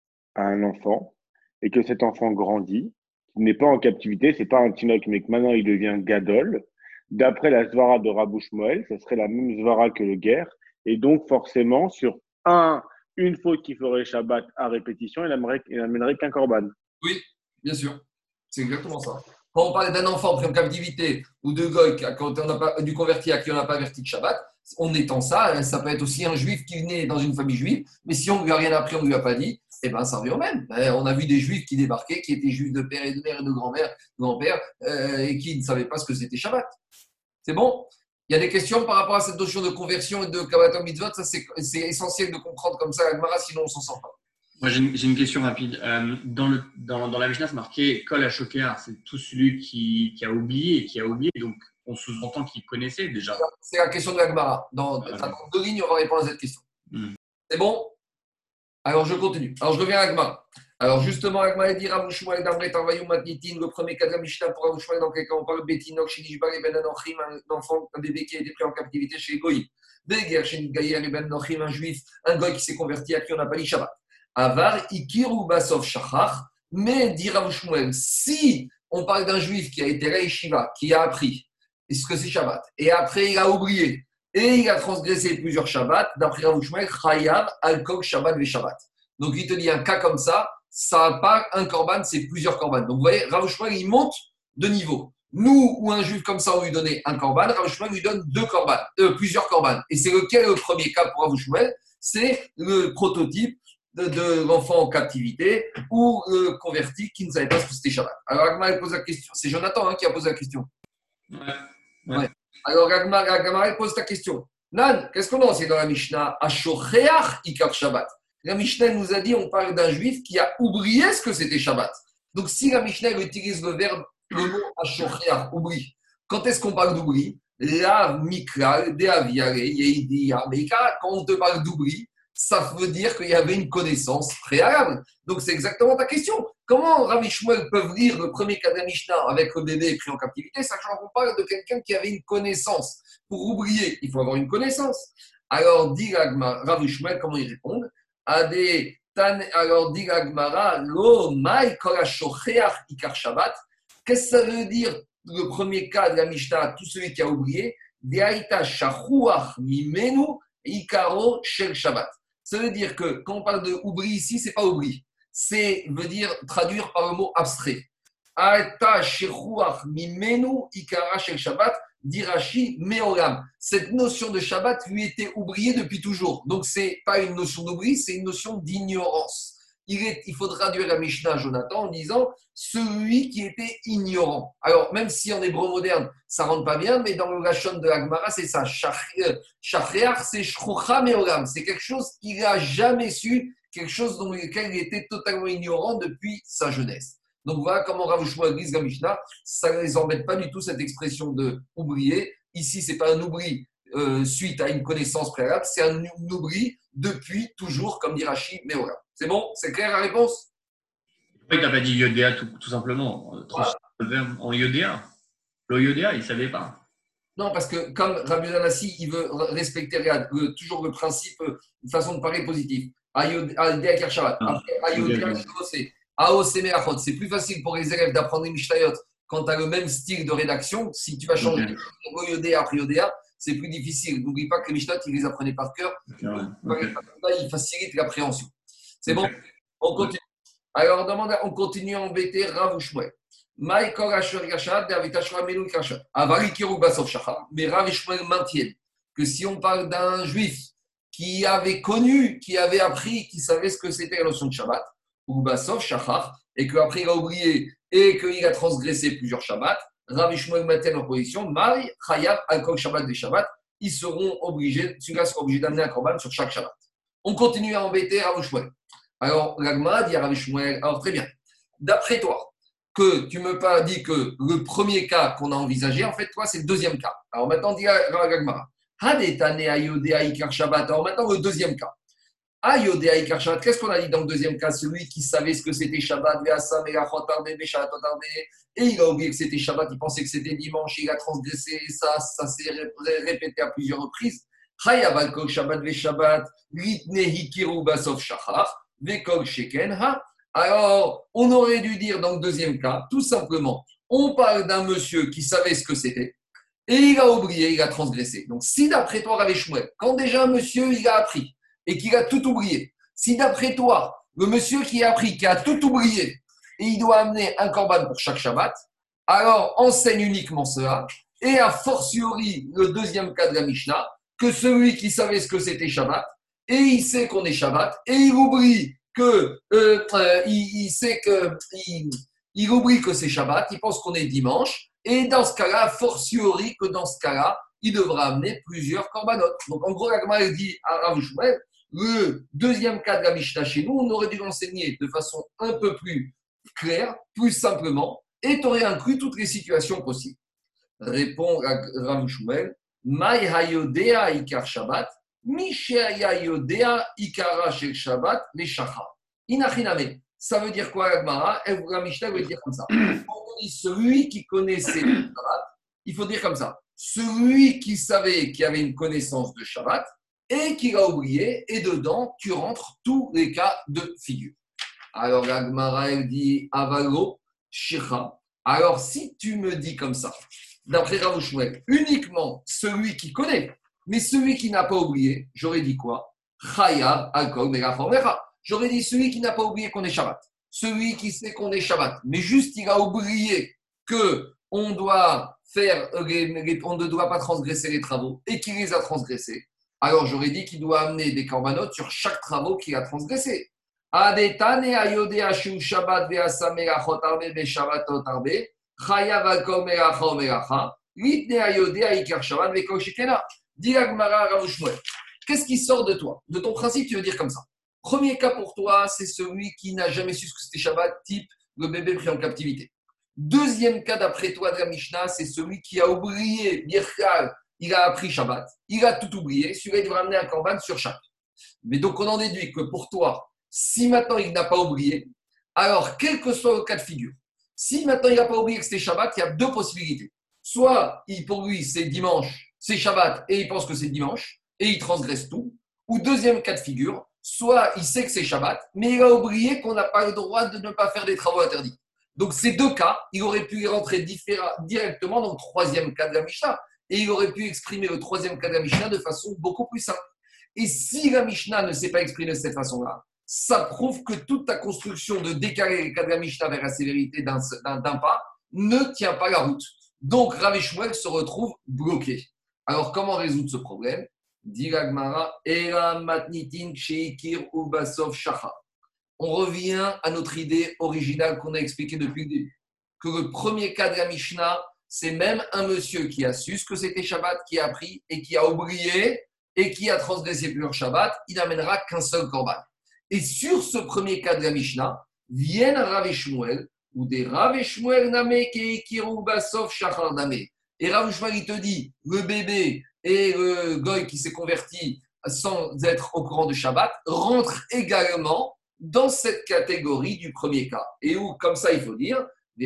à un enfant et que cet enfant grandit, qui n'est pas en captivité, c'est pas un tinoc, mais que maintenant il devient gadol, d'après la svara de Rav ou Shmuel, ça serait la même svara que le guerre, et donc forcément, sur une faute qui ferait Shabbat à répétition, il n'amènerait qu'un korban. Oui, bien sûr. C'est exactement ça. Quand on parle d'un enfant pris en captivité ou de goy du converti à qui on n'a pas averti de Shabbat, on étend ça, ça peut être aussi un juif qui est né dans une famille juive, mais si on ne lui a rien appris, on ne lui a pas dit, eh ben ça revient au même. On a vu des juifs qui débarquaient, qui étaient juifs de père et de mère et de grand-père, et qui ne savaient pas ce que c'était Shabbat. C'est bon? Il y a des questions par rapport à cette notion de conversion et de Kabbalah Mitzvot, ça c'est essentiel de comprendre comme ça la Gemara, sinon on ne s'en sort pas. Moi, j'ai une question rapide. Dans la Mishnah, c'est marqué Kol HaShokeach, c'est tout celui qui a oublié et qui a oublié. Donc, on sous-entend qu'il connaissait déjà. C'est la question de la Gemara. Dans 2 lignes, on va répondre à cette question. C'est bon? Alors, je continue. Alors, je reviens à la Gemara. Alors, justement, la Gemara dit Rav Shmuel d'Amret Arvayou Matnitin, le premier cas de la Mishnah pour Rav Shmuel, dans lequel on parle Betinok, Shinishbar et Ben Anochim, un enfant, un bébé qui a été pris en captivité chez les Goïm. Beger, Shinit Gaïer et Ben Anochim, un juif, un goy qui s'est converti à qui on n'a pas dit Shabbat. Avar, Ikiru, Basov, Shachar. Mais, dit Rav Shmuel, si on parle d'un juif qui a été à Yeshiva, qui a appris ce que c'est Shabbat, et après il a oublié, et il a transgressé plusieurs Shabbats, d'après Rav Shmuel, Chayav, Alkok, Shabbat, ve Shabbat. Donc il te dit un cas comme ça n'a pas un korban, c'est plusieurs korban. Donc vous voyez, Rav Shmuel, il monte de niveau. Nous, ou un juif comme ça, on lui donnait un korban, Rav Shmuel lui donne plusieurs korban. Et c'est lequel le premier cas pour Rav Shmuel? C'est le prototype de l'enfant en captivité ou le converti qui ne savait pas ce que c'était Shabbat. Alors Agmar pose la question, c'est Jonathan qui a posé la question. Ouais. Alors Agmar pose la question. Nan, qu'est-ce qu'on a enseigné dans la Mishnah? Ashocheach ikar Shabbat. La Mishnah nous a dit, on parle d'un juif qui a oublié ce que c'était Shabbat. Donc si la Mishnah utilise le mot ashocheach, oubli. Quand est-ce qu'on parle d'oubli? La mikral, de aviare, yeidi, ameika. Quand on te parle d'oubli, ça veut dire qu'il y avait une connaissance préalable. Donc, c'est exactement ta question. Comment Rav et Shmuel peuvent lire le premier cas de la Mishnah avec le bébé pris en captivité, sachant qu'on parle de quelqu'un qui avait une connaissance? Pour oublier, il faut avoir une connaissance. Alors, dit Rav et Shmuel, comment ils répondent? Alors, dit Gmara, lo mai kol hashocheach ikar Shabbat. Qu'est-ce que ça veut dire le premier cas de la Mishnah, tout celui qui a oublié? Deaita shachuach mimenu ikaro shel Shabbat. Ça veut dire que quand on parle de oubli ici, c'est pas oubli. C'est veut dire traduire par le mot abstrait. Aita shechuach mimenu ikara shel Shabbat, dirachi meolam. Cette notion de Shabbat lui était oubliée depuis toujours. Donc c'est pas une notion d'oubli, c'est une notion d'ignorance. Il faut traduire la Mishnah, Jonathan, en disant celui qui était ignorant. Alors, même si en hébreu moderne, ça ne rentre pas bien, mais dans le Lachon de la Gemara, c'est ça. Shachreach, c'est shchocha meolam. C'est quelque chose qu'il n'a jamais su, quelque chose dont lequel il était totalement ignorant depuis sa jeunesse. Donc voilà comment Rav Shmuel glisse la Mishnah. Ça ne les embête pas du tout cette expression de oublier. Ici, ce n'est pas un oubli suite à une connaissance préalable, c'est un oubli depuis toujours, comme dit Rachid, mais voilà. C'est bon? C'est clair la réponse? Pourquoi il n'a pas dit Yodéa tout simplement? Le verbe en Yodéa. Le Yodéa, il ne savait pas. Non, parce que comme Rabbi Zanassi, il veut respecter toujours le principe, une façon de parler positive. Ayodéa Kershavat. Après, Ayodéa Shirosé. Aosé Meachot. C'est plus facile pour les élèves d'apprendre les Mishnayot quand tu as le même style de rédaction. Si tu vas changer Yodéa après Yodéa, c'est plus difficile. N'oublie pas que les Mishnayot, ils les apprenaient par cœur. Ils facilitent l'appréhension. C'est bon? On continue. Alors, on continue à embêter Rav Shmuel. Mais Rav et Shmuel maintiennent que si on parle d'un juif qui avait connu, qui avait appris, qui savait ce que c'était la notion de Shabbat, ou Basov Shachar, et qu'après il a oublié et qu'il a transgressé plusieurs Shabbats, Rav et Shmuel maintiennent leur position, Maï, Chayav, Alkol Shabbat des Shabbats, ils seront obligés, celui-là sera obligé d'amener un korban sur chaque Shabbat. On continue à embêter Rav et Shmuel. Alors, l'Agma dit à Rav et Shmuel, alors très bien, d'après toi, que tu ne me pas dit que le premier cas qu'on a envisagé, en fait, toi, c'est le deuxième cas. Alors maintenant, dit Gagmara. Alors maintenant, le deuxième cas. Qu'est-ce qu'on a dit dans le deuxième cas? Celui qui savait ce que c'était Shabbat, et il a oublié que c'était Shabbat, il pensait que c'était dimanche, il a transgressé, ça s'est répété à plusieurs reprises. Alors, on aurait dû dire dans le deuxième cas, tout simplement, on parle d'un monsieur qui savait ce que c'était et il a oublié, il a transgressé. Donc, si d'après toi, Rav Shmuel, quand déjà un monsieur, il a appris et qu'il a tout oublié, si d'après toi, le monsieur qui a appris, qui a tout oublié, et il doit amener un korban pour chaque Shabbat, alors enseigne uniquement cela, et a fortiori, le deuxième cas de la Mishnah, que celui qui savait ce que c'était Shabbat, et il sait qu'on est Shabbat, et il oublie il oublie que c'est Shabbat, il pense qu'on est dimanche, et dans ce cas-là, fortiori que dans ce cas-là, il devra amener plusieurs korbanot. Donc en gros, la Gemara dit à Rav Shmuel, le deuxième cas de la Mishnah chez nous, on aurait dû l'enseigner de façon un peu plus claire, plus simplement, et tu aurais inclus toutes les situations possibles. Répond Rav Shmuel, Mai hayodea ikar Shabbat, ça veut dire quoi, Agmara? La Mishnah veut dire comme ça. On dit celui qui connaissait le Shabbat, il faut dire comme ça. Celui qui savait qu'il y avait une connaissance de Shabbat et qui l'a oublié, et dedans, tu rentres tous les cas de figure. Alors, Agmara, elle dit Avalo, Shira. Alors, si tu me dis comme ça, d'après Rav Shmuel, uniquement celui qui connaît, mais celui qui n'a pas oublié, j'aurais dit quoi? Chayav, alcool, megaformera. J'aurais dit celui qui n'a pas oublié qu'on est Shabbat. Celui qui sait qu'on est Shabbat. Mais juste, il a oublié qu'on doit on ne doit pas transgresser les travaux et qu'il les a transgressés. Alors, j'aurais dit qu'il doit amener des korbanot sur chaque travaux qu'il a transgressé. Adetane ayodea shu Shabbat ve'asa melachot arbe be'shabbatot arbe. Chayav, alcool, megacha. Litne ayodea ikar Shabbat ve'kol shekena. Dis la Gemara Rav Shmuel, qu'est-ce qui sort de toi? De ton principe, tu veux dire comme ça. Premier cas pour toi, c'est celui qui n'a jamais su ce que c'était Shabbat, type le bébé pris en captivité. Deuxième cas d'après toi de la Mishnah, c'est celui qui a oublié, Birchal, il a appris Shabbat, il a tout oublié, celui-là il devra amener un korban sur chaque. Mais donc on en déduit que pour toi, si maintenant il n'a pas oublié, alors quel que soit le cas de figure, si maintenant il n'a pas oublié que c'était Shabbat, il y a deux possibilités. Soit pour lui c'est dimanche, c'est Shabbat et il pense que c'est dimanche et il transgresse tout. Ou deuxième cas de figure, soit il sait que c'est Shabbat, mais il a oublié qu'on n'a pas le droit de ne pas faire des travaux interdits. Donc ces deux cas, il aurait pu y rentrer directement dans le troisième cas de la Mishnah et il aurait pu exprimer le troisième cas de la Mishnah de façon beaucoup plus simple. Et si la Mishnah ne s'est pas exprimée de cette façon-là, ça prouve que toute ta construction de décaler les cas de la Mishnah vers la sévérité d'un pas ne tient pas la route. Donc Rav Shmuel se retrouve bloqué. Alors comment résoudre ce problème? Dit la Gemara, Era matnitin sheikir ubasov shacha. On revient à notre idée originale qu'on a expliquée depuis le début. Que le premier cas de la Mishnah, c'est même un monsieur qui a su ce que c'était Shabbat, qui a appris et qui a oublié et qui a transgressé plusieurs Shabbat, il n'amènera qu'un seul korban. Et sur ce premier cas de la Mishnah, viennent Rav et Shmuel, ou des Rav et Shmuel Name Keikiru Basov Shachar Name. Et Rav et Shmuel, il te dit, le bébé et le goy qui s'est converti sans être au courant de Shabbat rentrent également dans cette catégorie du premier cas. Et où, comme ça, il faut dire, et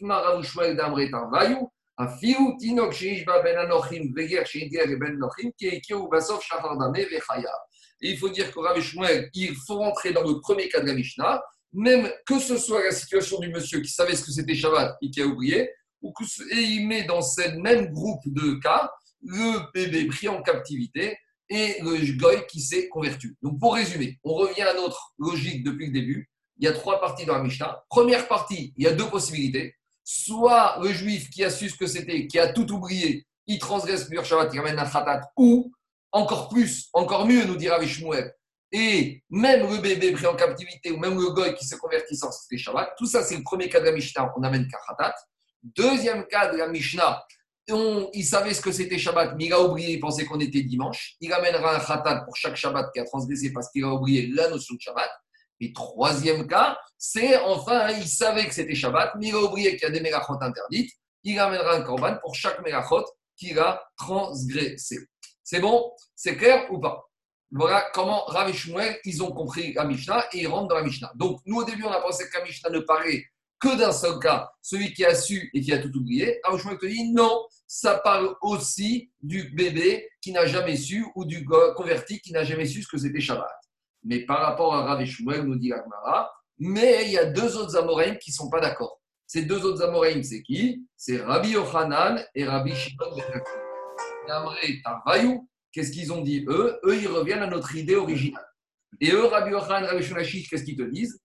il faut dire que Rav Shmuel, il faut rentrer dans le premier cas de la Mishnah, même que ce soit la situation du monsieur qui savait ce que c'était Shabbat et qui a oublié, et il met dans ce même groupe de cas le bébé pris en captivité et le goy qui s'est converti. Donc pour résumer, on revient à notre logique depuis le début. Il y a 3 parties dans la Mishnah. Première partie, il y a 2 possibilités. Soit le juif qui a su ce que c'était, qui a tout oublié, il transgresse le Shabbat, il ramène un khatat, ou encore plus, encore mieux, nous dira Shmuel, et même le bébé pris en captivité, ou même le goy qui se convertit sans c'était Shabbat. Tout ça, c'est le premier cas de la Mishnah, on amène qu'un khatat. Deuxième cas de la Mishnah, il savait ce que c'était Shabbat, mais il a oublié, il pensait qu'on était dimanche. Il amènera un khatat pour chaque Shabbat qui a transgressé parce qu'il a oublié la notion de Shabbat. Et troisième cas, c'est enfin, il savait que c'était Shabbat, mais il a oublié qu'il y a des mélachot interdites. Il amènera un korban pour chaque mélachot qu'il a transgressé. C'est bon? C'est clair ou pas? Voilà comment Rav et Shmuel, ils ont compris la Mishnah et ils rentrent dans la Mishnah. Donc, nous, au début, on a pensé que la Mishnah ne parlait que d'un seul cas, celui qui a su et qui a tout oublié. Rav Shmuel te dit non, ça parle aussi du bébé qui n'a jamais su ou du converti qui n'a jamais su ce que c'était Shabbat. Mais par rapport à Rav et Shmuel, nous dit la Gemara, mais il y a 2 autres Amoraïm qui ne sont pas d'accord. Ces 2 autres Amoraïm, c'est qui? C'est Rabbi Yochanan et Rabbi Shimon ben Gamré Tarvayou. Qu'est-ce qu'ils ont dit eux? Eux, ils reviennent à notre idée originale. Et eux, Rabbi Yochanan et Rabbi Shimon, qu'est-ce qu'ils te disent?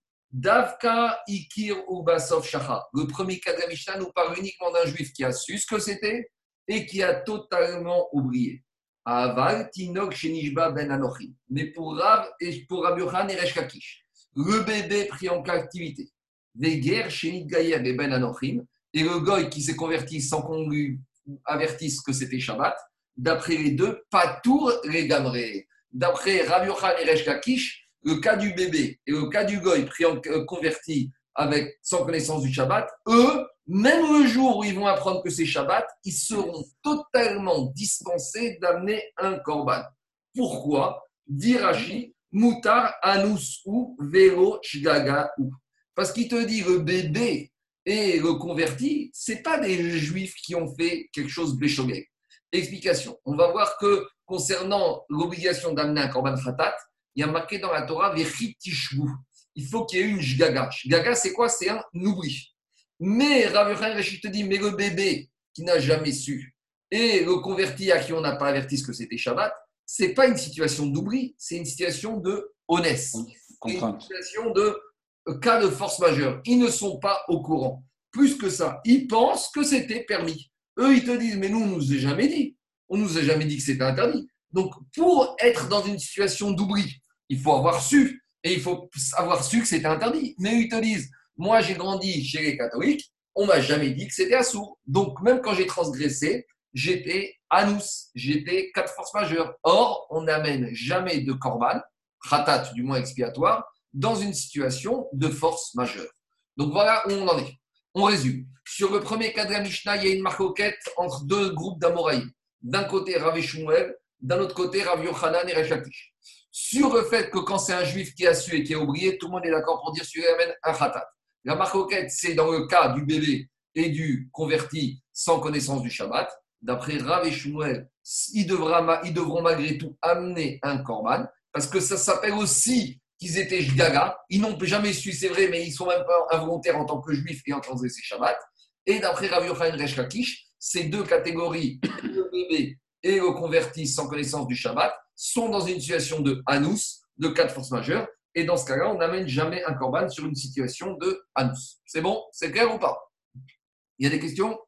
Davka Ikir ou Basov Shacha. Le premier cas de la Mishnah nous parle uniquement d'un juif qui a su ce que c'était et qui a totalement oublié. Aval, Tinok, Shenishba, Ben Anochim. Mais pour Rav et pour Rabbi Yochanan et Resh Lakish, le bébé pris en captivité, des guerres, Shenit Gaïa et Ben Anochim, et le goy qui s'est converti sans qu'on lui avertisse que c'était Shabbat, d'après les deux, Patour les Gamré. D'après Rabbi Yochanan et Resh Lakish, le cas du bébé et le cas du goy pris en converti sans connaissance du Shabbat, eux, même le jour où ils vont apprendre que c'est Shabbat, ils seront totalement dispensés d'amener un korban. Pourquoi? Dit Rashi, Mutar anus ou velo shgaga ou. Parce qu'il te dit le bébé et le converti, ce n'est pas des juifs qui ont fait quelque chose de béchogeg. Explication. On va voir que concernant l'obligation d'amener un korban khatat, il y a marqué dans la Torah Vechit tishbu. Il faut qu'il y ait une shgaga. Shgaga, c'est quoi? C'est un oubli. Mais Rav Yochanan Rachid te dit, mais le bébé qui n'a jamais su et le converti à qui on n'a pas averti ce que c'était Shabbat, ce n'est pas une situation d'oubli, c'est une situation de honnête. Une situation de cas de force majeure. Ils ne sont pas au courant. Plus que ça, ils pensent que c'était permis. Eux, ils te disent, mais nous, on ne nous a jamais dit. On ne nous a jamais dit que c'était interdit. Donc, pour être dans une situation d'oubli, il faut avoir su. Et il faut avoir su que c'était interdit. Mais eux, ils te disent, moi, j'ai grandi chez les catholiques, on ne m'a jamais dit que c'était assourd. Donc, même quand j'ai transgressé, j'étais anus, j'étais cas de force majeure. Or, on n'amène jamais de korban, khatat du moins expiatoire, dans une situation de force majeure. Donc, voilà où on en est. On résume. Sur le premier cas de la Mishnah, il y a une marcoquette entre 2 groupes d'Amoraïm. D'un côté, Rav et Shmuel, d'un autre côté, Rav Yochanan et Resh Lakish. Sur le fait que quand c'est un juif qui a su et qui a oublié, tout le monde est d'accord pour dire qu'il amène un khatat. La marcoquette, c'est dans le cas du bébé et du converti sans connaissance du Shabbat. D'après Rav et Shmuel, ils devront malgré tout amener un korban, parce que ça s'appelle aussi qu'ils étaient shgaga. Ils n'ont jamais su, c'est vrai, mais ils ne sont même pas involontaires en tant que juifs et en transgressé Shabbat. Et d'après Rav Yochanan et Resh Lakish, ces 2 catégories, le bébé et le converti sans connaissance du Shabbat, sont dans une situation de anus, de cas de force majeure. Et dans ce cas-là, on n'amène jamais un korban sur une situation de anus. C'est bon? C'est clair ou pas? Il y a des questions?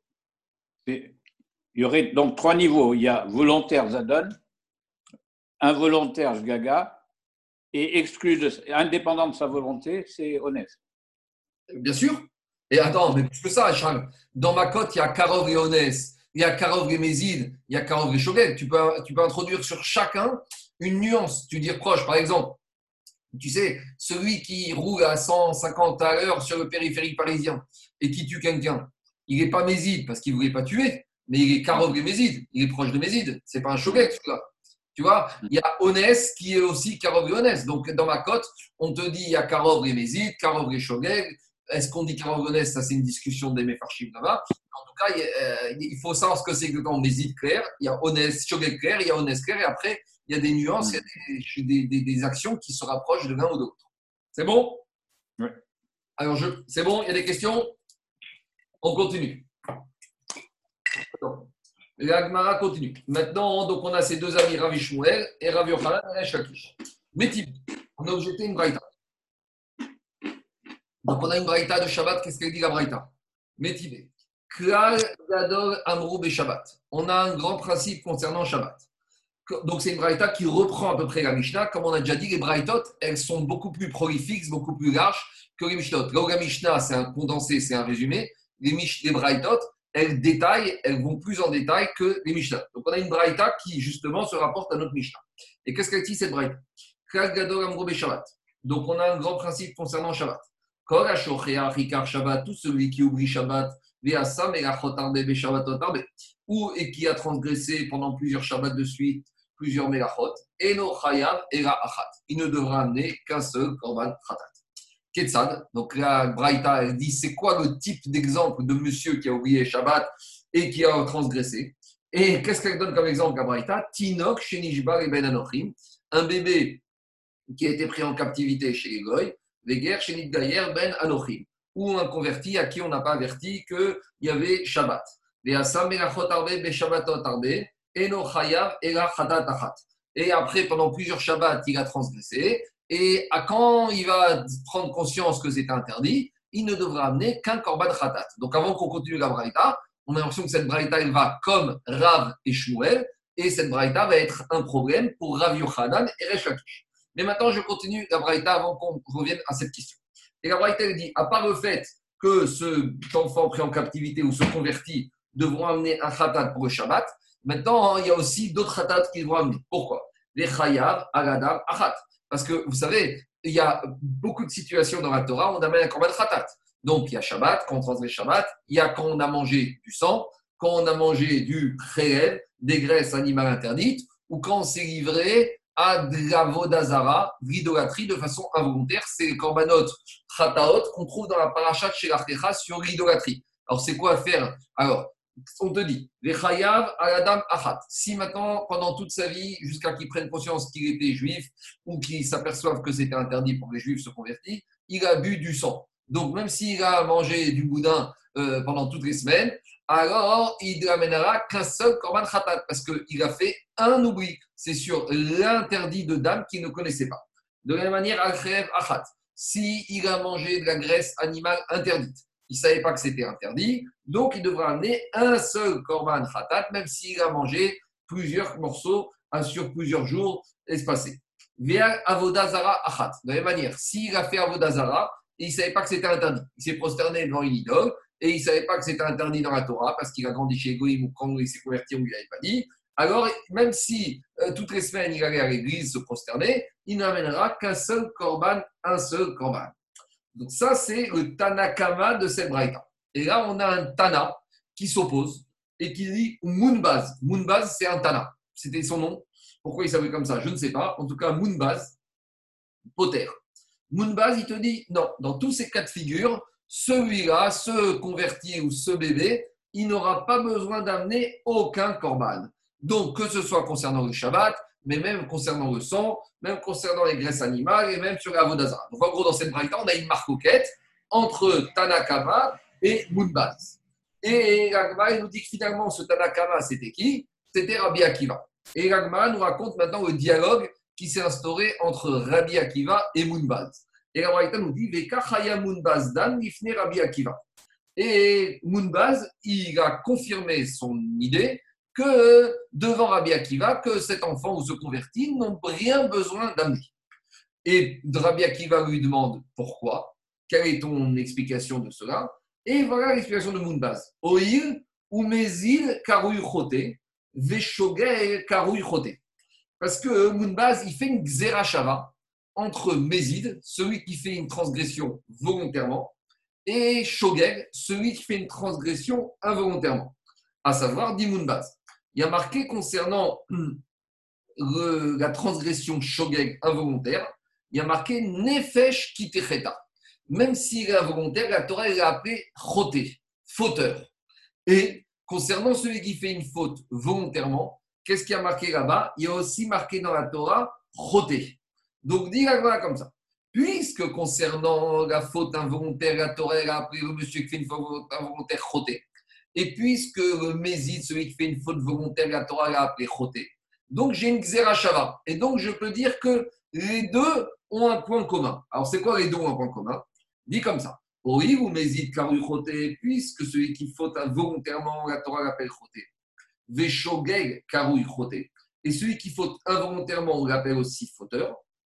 Il y aurait donc 3 niveaux. Il y a volontaire Zadon, involontaire Shgaga, et indépendant de sa volonté, c'est honnête. Bien sûr. Et attends, mais plus que ça, Charles. Dans ma cote, il y a Karov et Honès, il y a Karov et Mézid, il y a Karov et Shogeg. Tu peux introduire sur chacun une nuance. Tu dis proche, par exemple, Tu sais, celui qui roule à 150 à l'heure sur le périphérique parisien et qui tue quelqu'un, il n'est pas méside parce qu'il ne voulait pas tuer, mais il est Karov et méside. Il est proche de méside. Ce n'est pas un choguet, celui-là. Tu vois, il y a Onès qui est aussi Karov et Onès. Donc, dans ma cote, on te dit il y a Karov et méside, Karov et choguet. Est-ce qu'on dit Karov et Onès? Ça, c'est une discussion des Mefarshim là-bas. En tout cas, il faut savoir ce que c'est que quand méside clair. Il y a Onès, choguet clair, il y a Onès clair. Et après, il y a des nuances, il y a des actions qui se rapprochent de l'un ou de l'autre. C'est bon? Oui. Alors, c'est bon? Il y a des questions? On continue. La Gemara continue. Maintenant, donc, on a ces deux amis, Rav Shmuel et Rav Yochanan et Resh Lakish. Mais on a objecté une braïta. Donc, on a une braïta de Shabbat. Qu'est-ce qu'elle dit, la braïta? Métivé. Klal Gadol Amrou Be Shabbat. On a un grand principe concernant Shabbat. Donc, c'est une braïta qui reprend à peu près la Mishnah. Comme on a déjà dit, les braïtot, elles sont beaucoup plus prolifiques, beaucoup plus larges que les Mishnot. Là où la Mishnah, c'est un condensé, c'est un résumé. Les braïtot, elles détaillent, elles vont plus en détail que les Mishnah. Donc, on a une braïta qui, justement, se rapporte à notre Mishnah. Et qu'est-ce qu'elle dit, cette braïta? Klal Gadol Amrou Be Shabbat. Donc, on a un grand principe concernant Shabbat. Kol HaShochea Rikar Shabbat, tout celui qui oublie Shabbat, Ve'asam Elachot Arbe Be Shabbatot Arbe, ou et qui a transgressé pendant plusieurs Shabbats de suite, plusieurs Melachot, Eno Chayav Ela Achat. Il ne devra amener qu'un seul Korban Khatat. Ketsad, donc la Braïta, elle dit c'est quoi le type d'exemple de monsieur qui a oublié Shabbat et qui a transgressé? Et qu'est-ce qu'elle donne comme exemple, la Braïta? Tinok Shenishbar et Ben Anochim, un bébé qui a été pris en captivité chez les Goy, Veger Shenit Gayer Ben Anochim, ou un converti à qui on n'a pas averti qu'il y avait Shabbat. Ve'asam Melachot Arbe Be Shabbatot Arbe, Eno Chayav Ela Chatat Achat. Et après, pendant plusieurs Shabbats, il a transgressé. Et quand il va prendre conscience que c'est interdit, il ne devra amener qu'un korban khatat. Donc avant qu'on continue la braïta, on a l'impression que cette braïta, elle va comme Rav et Shmuel, et cette braïta va être un problème pour Rav Yochanan et Resh Lakish. Mais maintenant, je continue la braïta avant qu'on revienne à cette question. Et la braïta, elle dit, à part le fait que cet enfant pris en captivité ou se converti devront amener un khatat pour le Shabbat, maintenant, il y a aussi d'autres khatat qu'ils vont amener. Pourquoi? Les chayav, agadam, achat. Parce que, vous savez, il y a beaucoup de situations dans la Torah où on amène un korban khatat. Donc, il y a Shabbat, quand on transgresse Shabbat, il y a quand on a mangé du sang, quand on a mangé du khelev, des graisses animales interdites, ou quand on s'est livré à de la vodazara, de l'idolâtrie de façon involontaire. C'est les korbanot khataot qu'on trouve dans la parashat chez l'Arkecha sur l'idolâtrie. Alors, c'est quoi à faire? Alors, on te dit, les chayav aladam achat. Si maintenant, pendant toute sa vie, jusqu'à qu'il prenne conscience qu'il était juif ou qu'il s'aperçoive que c'était interdit pour les juifs se convertir, il a bu du sang. Donc, même s'il a mangé du boudin pendant toutes les semaines, alors il n'amènera qu'un seul korban khatat parce qu'il a fait un oubli. C'est sur l'interdit de dame qu'il ne connaissait pas. De la même manière, al-khev achat. S'il a mangé de la graisse animale interdite, il ne savait pas que c'était interdit, donc il devra amener un seul korban khatat, même s'il a mangé plusieurs morceaux sur plusieurs jours espacés. Via avodazara achat. De la même manière, s'il a fait avodazara et il ne savait pas que c'était interdit, il s'est prosterné devant une idole et il ne savait pas que c'était interdit dans la Torah parce qu'il a grandi chez Goïm ou quand il s'est converti, on ne lui avait pas dit. Alors, même si toutes les semaines il allait à l'église se prosterner, il n'amènera qu'un seul korban, un seul korban. Donc ça, c'est le Tanakama de cette braïta. Et là, on a un Tana qui s'oppose et qui dit Mounbaz. Mounbaz, c'est un Tana. C'était son nom. Pourquoi il s'appelait comme ça? Je ne sais pas. En tout cas, Mounbaz, Poter. Mounbaz, il te dit, non, dans tous ces cas de figure, celui-là, ce converti ou ce bébé, il n'aura pas besoin d'amener aucun korban. Donc, que ce soit concernant le Shabbat, mais même concernant le sang, même concernant les graisses animales et même sur la Vodazara. Donc, en gros, dans cette braïta, on a une marcoquette entre Tanakama et Mounbaz. Et l'Agma nous dit que finalement, ce Tanakama, c'était qui? C'était Rabbi Akiva. Et l'Agma nous raconte maintenant le dialogue qui s'est instauré entre Rabbi Akiva et Mounbaz. Et la braïta nous dit Veka Chaya Mounbaz Dan Lifne Rabbi Akiva. Et Mounbaz, il a confirmé son idée que devant Rabbi Akiva, que cet enfant ou ce converti n'ont rien besoin d'amener. Et Rabbi Akiva lui demande pourquoi, quelle est ton explication de cela? Et voilà l'explication de Mounbaz. Oil ou Mezil Karouy Chote, Veshogel Karouy Chote. Parce que Mounbaz, il fait une Xerashava entre Mézid, celui qui fait une transgression volontairement, et Shogeg, celui qui fait une transgression involontairement, à savoir Dimounbaz. Il y a marqué concernant la transgression Shogeg involontaire, il y a marqué Nefesh Kitecheta. Même s'il est involontaire, la Torah l'a appelé Choté, fauteur. Et concernant celui qui fait une faute volontairement, qu'est-ce qu'il y a marqué là-bas? Il y a aussi marqué dans la Torah Choté. Donc, dit la Torah comme ça. Puisque concernant la faute involontaire, la Torah a appelé le monsieur qui fait une faute involontaire Choté. Et puisque le Mézid, celui qui fait une faute volontaire, la Torah l'a appelé Choté. Donc, j'ai une Xera Shava. Et donc, je peux dire que les deux ont un point commun. Alors, c'est quoi les deux ont un point commun? Dit comme ça. Oui, ou Mézid Karu Choté, puisque celui qui faute involontairement, la Torah l'appelle Choté. Veshogeg Karu Choté. Et celui qui faute involontairement, on l'appelle aussi fauteur.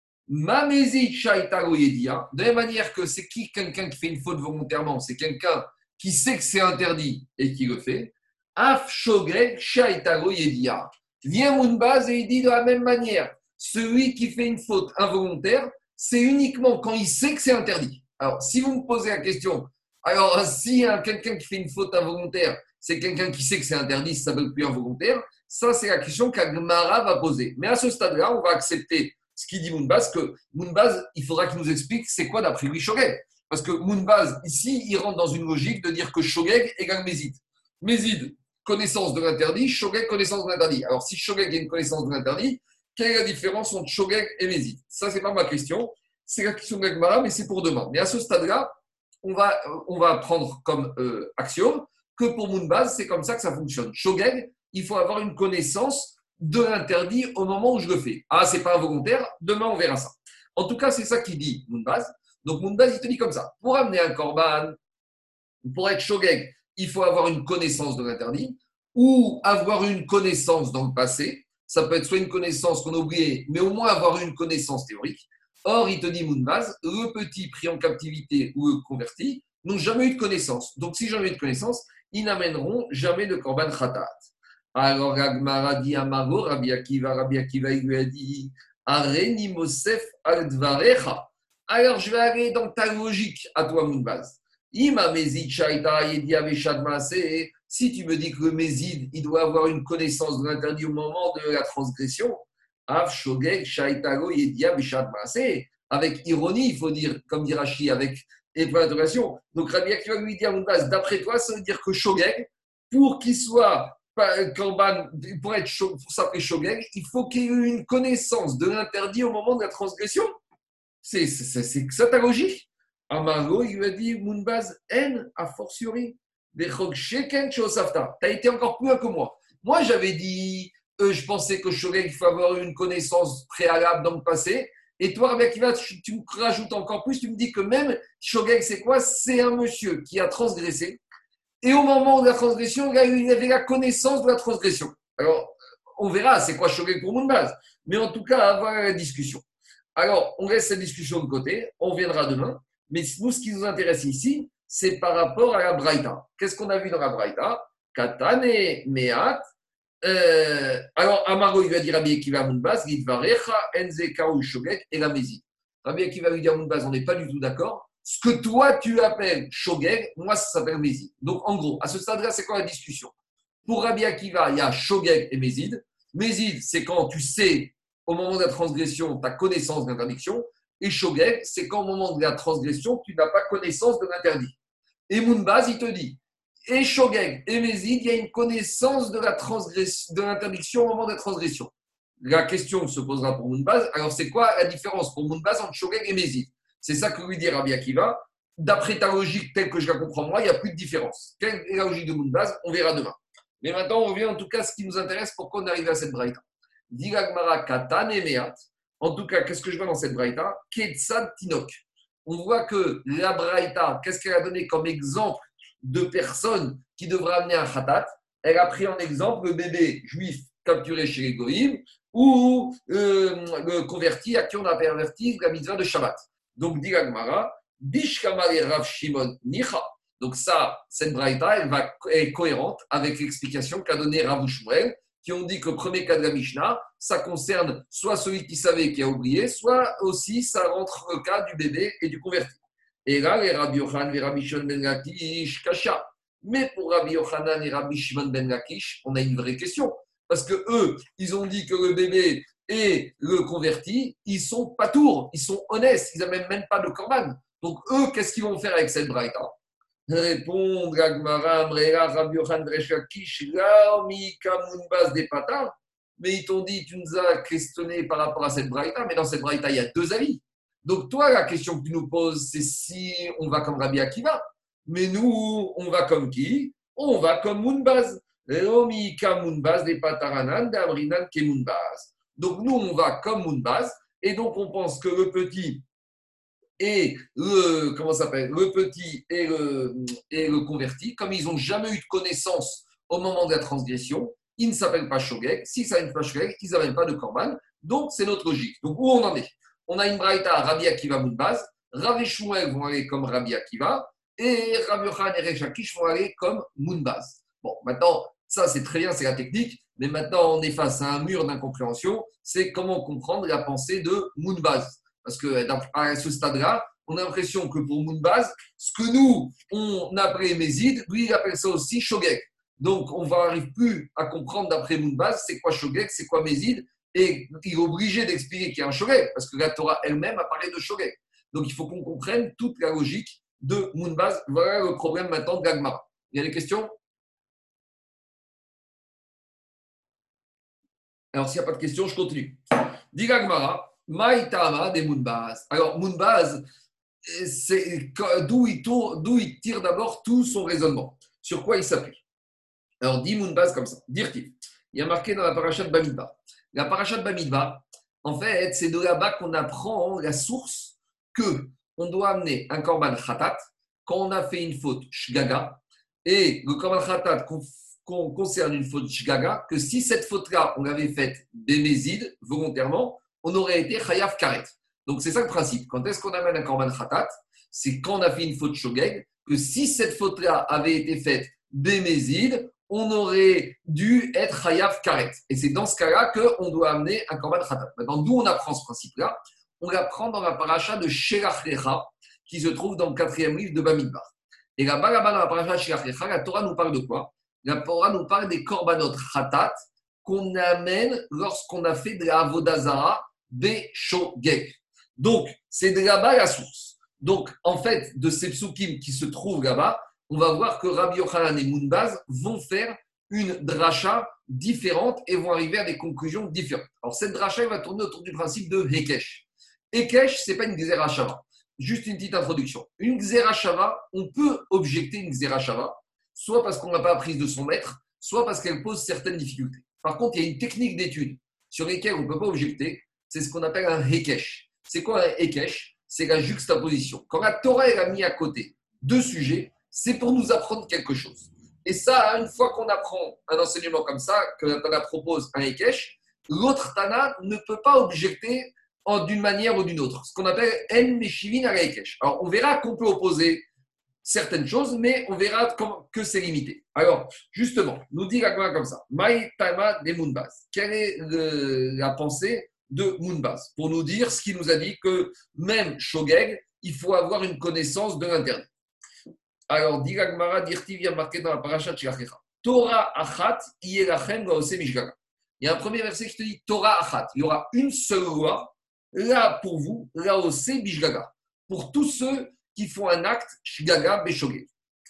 Ma Mézid Shaitaro Yedia. De la même manière que c'est qui quelqu'un qui fait une faute volontairement? C'est quelqu'un qui sait que c'est interdit et qui le fait. Af Shogeg Shaitaro Yedia. Vient Mounbaz et il dit de la même manière, celui qui fait une faute involontaire, c'est uniquement quand il sait que c'est interdit. Alors, si vous me posez la question, alors si quelqu'un qui fait une faute involontaire, c'est quelqu'un qui sait que c'est interdit, ça ne s'appelle plus involontaire, ça c'est la question qu'Agmara va poser. Mais à ce stade-là, on va accepter ce qu'il dit Mounbaz, que Mounbaz, il faudra qu'il nous explique c'est quoi d'après lui Shogeg. Parce que Mounbaz, ici, il rentre dans une logique de dire que Shogeg égale Mézid. Mézid, connaissance de l'interdit, Shogeg, connaissance de l'interdit. Alors, si Shogeg a une connaissance de l'interdit, quelle est la différence entre Shogeg et Mézid? Ça, ce n'est pas ma question. C'est la question de l'Agmara, mais c'est pour demain. Mais à ce stade-là, on va prendre comme axiome que pour Mounbaz, c'est comme ça que ça fonctionne. Shogeg, il faut avoir une connaissance de l'interdit au moment où je le fais. Ah, c'est pas involontaire, demain on verra ça. En tout cas, c'est ça qu'il dit Mounbaz. Donc Mounbaz, il te dit comme ça. Pour amener un korban, pour être Shogeg, il faut avoir une connaissance de l'interdit ou avoir une connaissance dans le passé. Ça peut être soit une connaissance qu'on a oubliée, mais au moins avoir une connaissance théorique. Or, il te dit Mounbaz, le petit pris en captivité ou le converti n'ont jamais eu de connaissance. Donc, si jamais eu de connaissance, ils n'amèneront jamais de korban khatat. Alors, Agmara dit à Maro, Rabbi Akiva, il lui a dit Areni Mosef al-Dvarecha. Alors, je vais aller dans ta logique à toi, Mounbaz. Si tu me dis que le Mézid, il doit avoir une connaissance de l'interdit au moment de la transgression, avec ironie, il faut dire, comme dit Rashi, avec interrogation. Donc, Rabbi Akiva lui dit à Mounbaz, d'après toi, ça veut dire que Shogeg, pour qu'il soit korban, pour s'appeler Shogeg, il faut qu'il ait eu une connaissance de l'interdit au moment de la transgression. C'est ça ta logique. Amargo, il lui a dit Mounbaz, en a fortiori, des chog sheken shosafta. Tu as été encore plus loin que moi. Moi, j'avais dit, je pensais que Shogeg, il faut avoir une connaissance préalable dans le passé. Et toi, Rabbi Akiva, tu me rajoutes encore plus, tu me dis que même Shogeg, c'est quoi? C'est un monsieur qui a transgressé. Et au moment de la transgression, il avait la connaissance de la transgression. Alors, on verra, c'est quoi Shogeg pour Mounbaz. Mais en tout cas, voilà la discussion. Alors, on laisse cette discussion de côté, on reviendra demain. Mais nous, ce qui nous intéresse ici, c'est par rapport à la Braïta. Qu'est-ce qu'on a vu dans la Braïta? Katane Meat. Alors, Amaro, il va dire Rabbi Akiva Mounbaz, Gitvarecha, Enzeka ou Shogeg et la Mézid. Rabbi Akiva lui dit à Mounbaz, on n'est pas du tout d'accord. Ce que toi, tu appelles Shogeg, moi, ça s'appelle Mézid. Donc, en gros, à ce stade-là, c'est quoi la discussion? Pour Rabbi Akiva, il y a Shogeg et Mézid. Mézid, c'est quand tu sais, au moment de la transgression, ta connaissance de l'interdiction. Et Shogeg, c'est quand au moment de la transgression, tu n'as pas connaissance de l'interdit. Et Mounbaz, il te dit, et Shogeg et Mézid, il y a une connaissance de l'interdiction au moment de la transgression. La question se posera pour Mounbaz. Alors, c'est quoi la différence pour Mounbaz entre Shogeg et Mézid? C'est ça que lui dit Rabbi Akiva. D'après ta logique telle que je la comprends moi, il n'y a plus de différence. Quelle est la logique de Mounbaz? On verra demain. Mais maintenant, on revient en tout cas à ce qui nous intéresse, pourquoi on arrive à cette braïta. Digagmara katan et meat. En tout cas, qu'est-ce que je vois dans cette braïta? Ketsad tinok. On voit que la braïta, qu'est-ce qu'elle a donné comme exemple de personnes qui devraient amener un khatat? Elle a pris en exemple le bébé juif capturé chez les goïms ou le converti à qui on a perverti la mitzvah de Shabbat. Donc, dit l'Agmara, Bishkamar et Rav Shimon Nicha. Donc, ça, cette braïta, elle est cohérente avec l'explication qu'a donnée Rav Shmuel, qui ont dit que le premier cas de la Mishnah, ça concerne soit celui qui savait et qui a oublié, soit aussi ça rentre le cas du bébé et du converti. Et là, les Rabbi Yochanan et Rabbi Shimon ben Lakish, Kasha. Mais pour Rabbi Yochanan et Rabbi Shimon ben Lakish, on a une vraie question. Parce que eux, ils ont dit que le bébé et le converti, ils sont pas tours, ils sont honnêtes, ils n'amènent même pas de korban. Donc eux, qu'est-ce qu'ils vont faire avec cette braïta? Répondre à Gmara, Amrela, Rabbi Yochanan, Lakish, Laomi, Kamunbas, des patas. Mais ils t'ont dit, tu nous as questionné par rapport à cette braïta, mais dans cette braïta, il y a deux avis. Donc, toi, la question que tu nous poses, c'est si on va comme Rabbi Akiva. Mais nous, on va comme qui? On va comme Mounbaz. Romi ka Mounbaz, des Pataranan, d'Amrinan ke Mounbaz. Donc, nous, on va comme Mounbaz. Et donc, on pense que le petit et le, comment ça s'appelle? Le petit et le converti, comme ils n'ont jamais eu de connaissance au moment de la transgression, ils ne s'appellent pas Shogeg. S'ils ne s'appellent pas Shogeg, ils n'amènent pas de Korban. Donc, c'est notre logique. Donc, où on en est? On a une braïta Rabbi Akiva Mounbaz, Rav Shmuel vont aller comme Rabbi Akiva, et Rabbi Yochanan et Resh Lakish vont aller comme Mounbaz. Bon, maintenant, ça c'est très bien, c'est la technique, mais maintenant on est face à un mur d'incompréhension, c'est comment comprendre la pensée de Mounbaz. Parce que à ce stade-là, on a l'impression que pour Mounbaz, ce que nous, on appelait Mézid, lui il appelle ça aussi Shogeg. Donc on ne va arriver plus à comprendre d'après Mounbaz, c'est quoi Shogeg, c'est quoi Mézid. Et il est obligé d'expliquer qu'il y a un shogeg, parce que la Torah elle-même apparaît de shogeg. Donc il faut qu'on comprenne toute la logique de Mounbaz. Voilà le problème maintenant de l'Agmara. Il y a des questions? Alors s'il n'y a pas de questions, je continue. Dit l'Agmara, Maïtama des Mounbaz. Alors Mounbaz, c'est d'où il tire d'abord tout son raisonnement. Sur quoi il s'appuie? Alors dit Mounbaz comme ça. Dire-t-il. Il y a marqué dans la paracha de Bamidbar. La paracha de Bamidbar, en fait, c'est de là-bas qu'on apprend la source que on doit amener un korban khatat quand on a fait une faute shgaga. Et le korban khatat concerne une faute shgaga, que si cette faute-là, on l'avait faite bémézid, volontairement, on aurait été chayav karet. Donc c'est ça le principe. Quand est-ce qu'on amène un korban khatat? C'est quand on a fait une faute shogeg, que si cette faute-là avait été faite bémézid, on aurait dû être Hayav Karet. Et c'est dans ce cas-là qu'on doit amener un Korban Khatat. Maintenant, d'où on apprend ce principe-là? On l'apprend dans la paracha de Shelach Lecha, qui se trouve dans le 4e livre de Bamidbar. Et là-bas, dans la paracha de Shelach Lecha, la Torah nous parle de quoi? La Torah nous parle des Korbanot Khatat qu'on amène lorsqu'on a fait de la Avodazara Beshogeg. Donc, c'est de là-bas la source. Donc, en fait, de ces psukim qui se trouvent là-bas, on va voir que Rabbi Yochanan et Mounbaz vont faire une dracha différente et vont arriver à des conclusions différentes. Alors, cette dracha, elle va tourner autour du principe de Hekesh. Hekesh, ce n'est pas une Xerashava. Juste une petite introduction. Une Xerashava, on peut objecter une Xerashava, soit parce qu'on n'a pas apprise de son maître, soit parce qu'elle pose certaines difficultés. Par contre, il y a une technique d'étude sur laquelle on ne peut pas objecter, c'est ce qu'on appelle un Hekesh. C'est quoi un Hekesh? C'est la juxtaposition. Quand la Torah elle a mis à côté deux sujets, c'est pour nous apprendre quelque chose. Et ça, une fois qu'on apprend un enseignement comme ça, que la Tana propose un Hekesh, l'autre Tana ne peut pas objecter d'une manière ou d'une autre. Ce qu'on appelle En Meshivin à Hekesh. Alors, on verra qu'on peut opposer certaines choses, mais on verra que c'est limité. Alors, justement, nous dit la Gemara comme ça. Maïtama de Mounbaz. Quelle est la pensée de Mounbaz? Pour nous dire ce qu'il nous a dit que même Shogeg, il faut avoir une connaissance de l'interdit. Alors, dit la Gemara, dirti vient marqué dans la paracha de Shelach. Torah achat yelachem gaose mishgaga. Il y a un premier verset qui te dit Torah achat. Il y aura une seule loi, là pour vous, gaose mishgaga. Pour tous ceux qui font un acte shgaga beshogeg.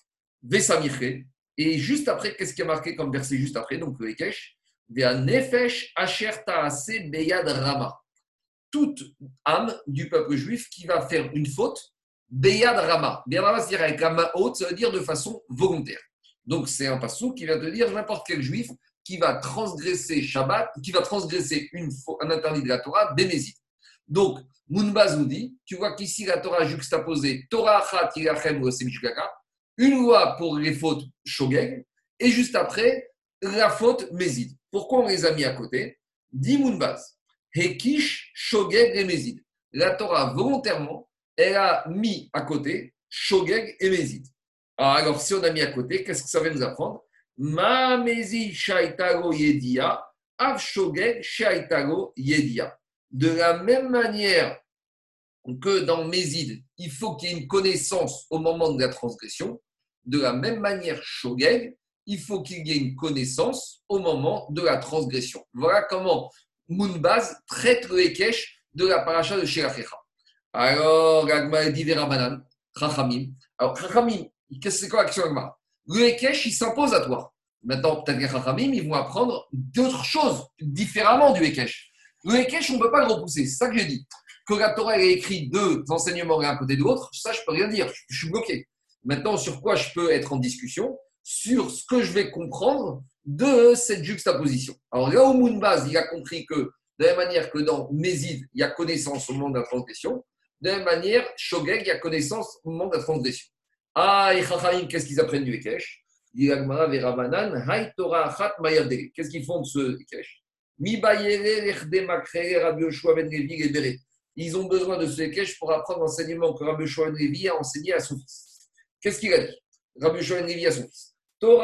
Vesamiche. Et juste après, qu'est-ce qui est marqué comme verset juste après? Donc le Hekesh. Vea nefesh asher taase beyad rama. Toute âme du peuple juif qui va faire une faute. Beyad Rama. Beyad Rama, c'est-à-dire avec la main haute, ça veut dire de façon volontaire. Donc, c'est un passou qui vient te dire n'importe quel juif qui va transgresser Shabbat, qui va transgresser un interdit de la Torah, bénézite. Donc, Mounbaz nous dit, tu vois qu'ici, la Torah a juxtaposé Torah Achat Yilachem Semishgaga, une loi pour les fautes Shogeg, et juste après, la faute Mézid. Pourquoi on les a mis à côté? Dit Mounbaz, Hekish Shogeg et Mézid. La Torah, volontairement, elle a mis à côté Shogeg et Mézid. Alors, si on a mis à côté, qu'est-ce que ça va nous apprendre? Ma mezi shaitago yedia, av shogeg shaitago yedia. De la même manière que dans Mézid, il faut qu'il y ait une connaissance au moment de la transgression, de la même manière, shogeg, il faut qu'il y ait une connaissance au moment de la transgression. Voilà comment Mounbaz traite le Ekech de la paracha de Shelachecha. Alors, l'Agma dit des Rabbanan, Chachamim. Alors, Chachamim, c'est quoi l'action Agma? Le Ekech, il s'impose à toi. Maintenant, peut-être que les Chachamim, ils vont apprendre d'autres choses différemment du Ekech. Le Ekech, on ne peut pas le repousser. C'est ça que j'ai dit. Que la Torah ait écrit deux enseignements l'un à côté de l'autre, ça, je ne peux rien dire. Je suis bloqué. Maintenant, sur quoi je peux être en discussion? Sur ce que je vais comprendre de cette juxtaposition. Alors là où Mounbaz, il a compris que, de la même manière que dans Mézid, il y a connaissance au moment de la transgression, de la même manière, Shogeg, il y a connaissance au moment de la transgression. Ah, et Chachamim, qu'est-ce qu'ils apprennent du Ekech? Qu'est-ce qu'ils font de ce Ekech? Ils ont besoin de ce Ekech pour apprendre l'enseignement que Rabbi Yoshua ben Levi a enseigné à son fils. Qu'est-ce qu'il a dit? Rabbi Yoshua ben Levi à son fils.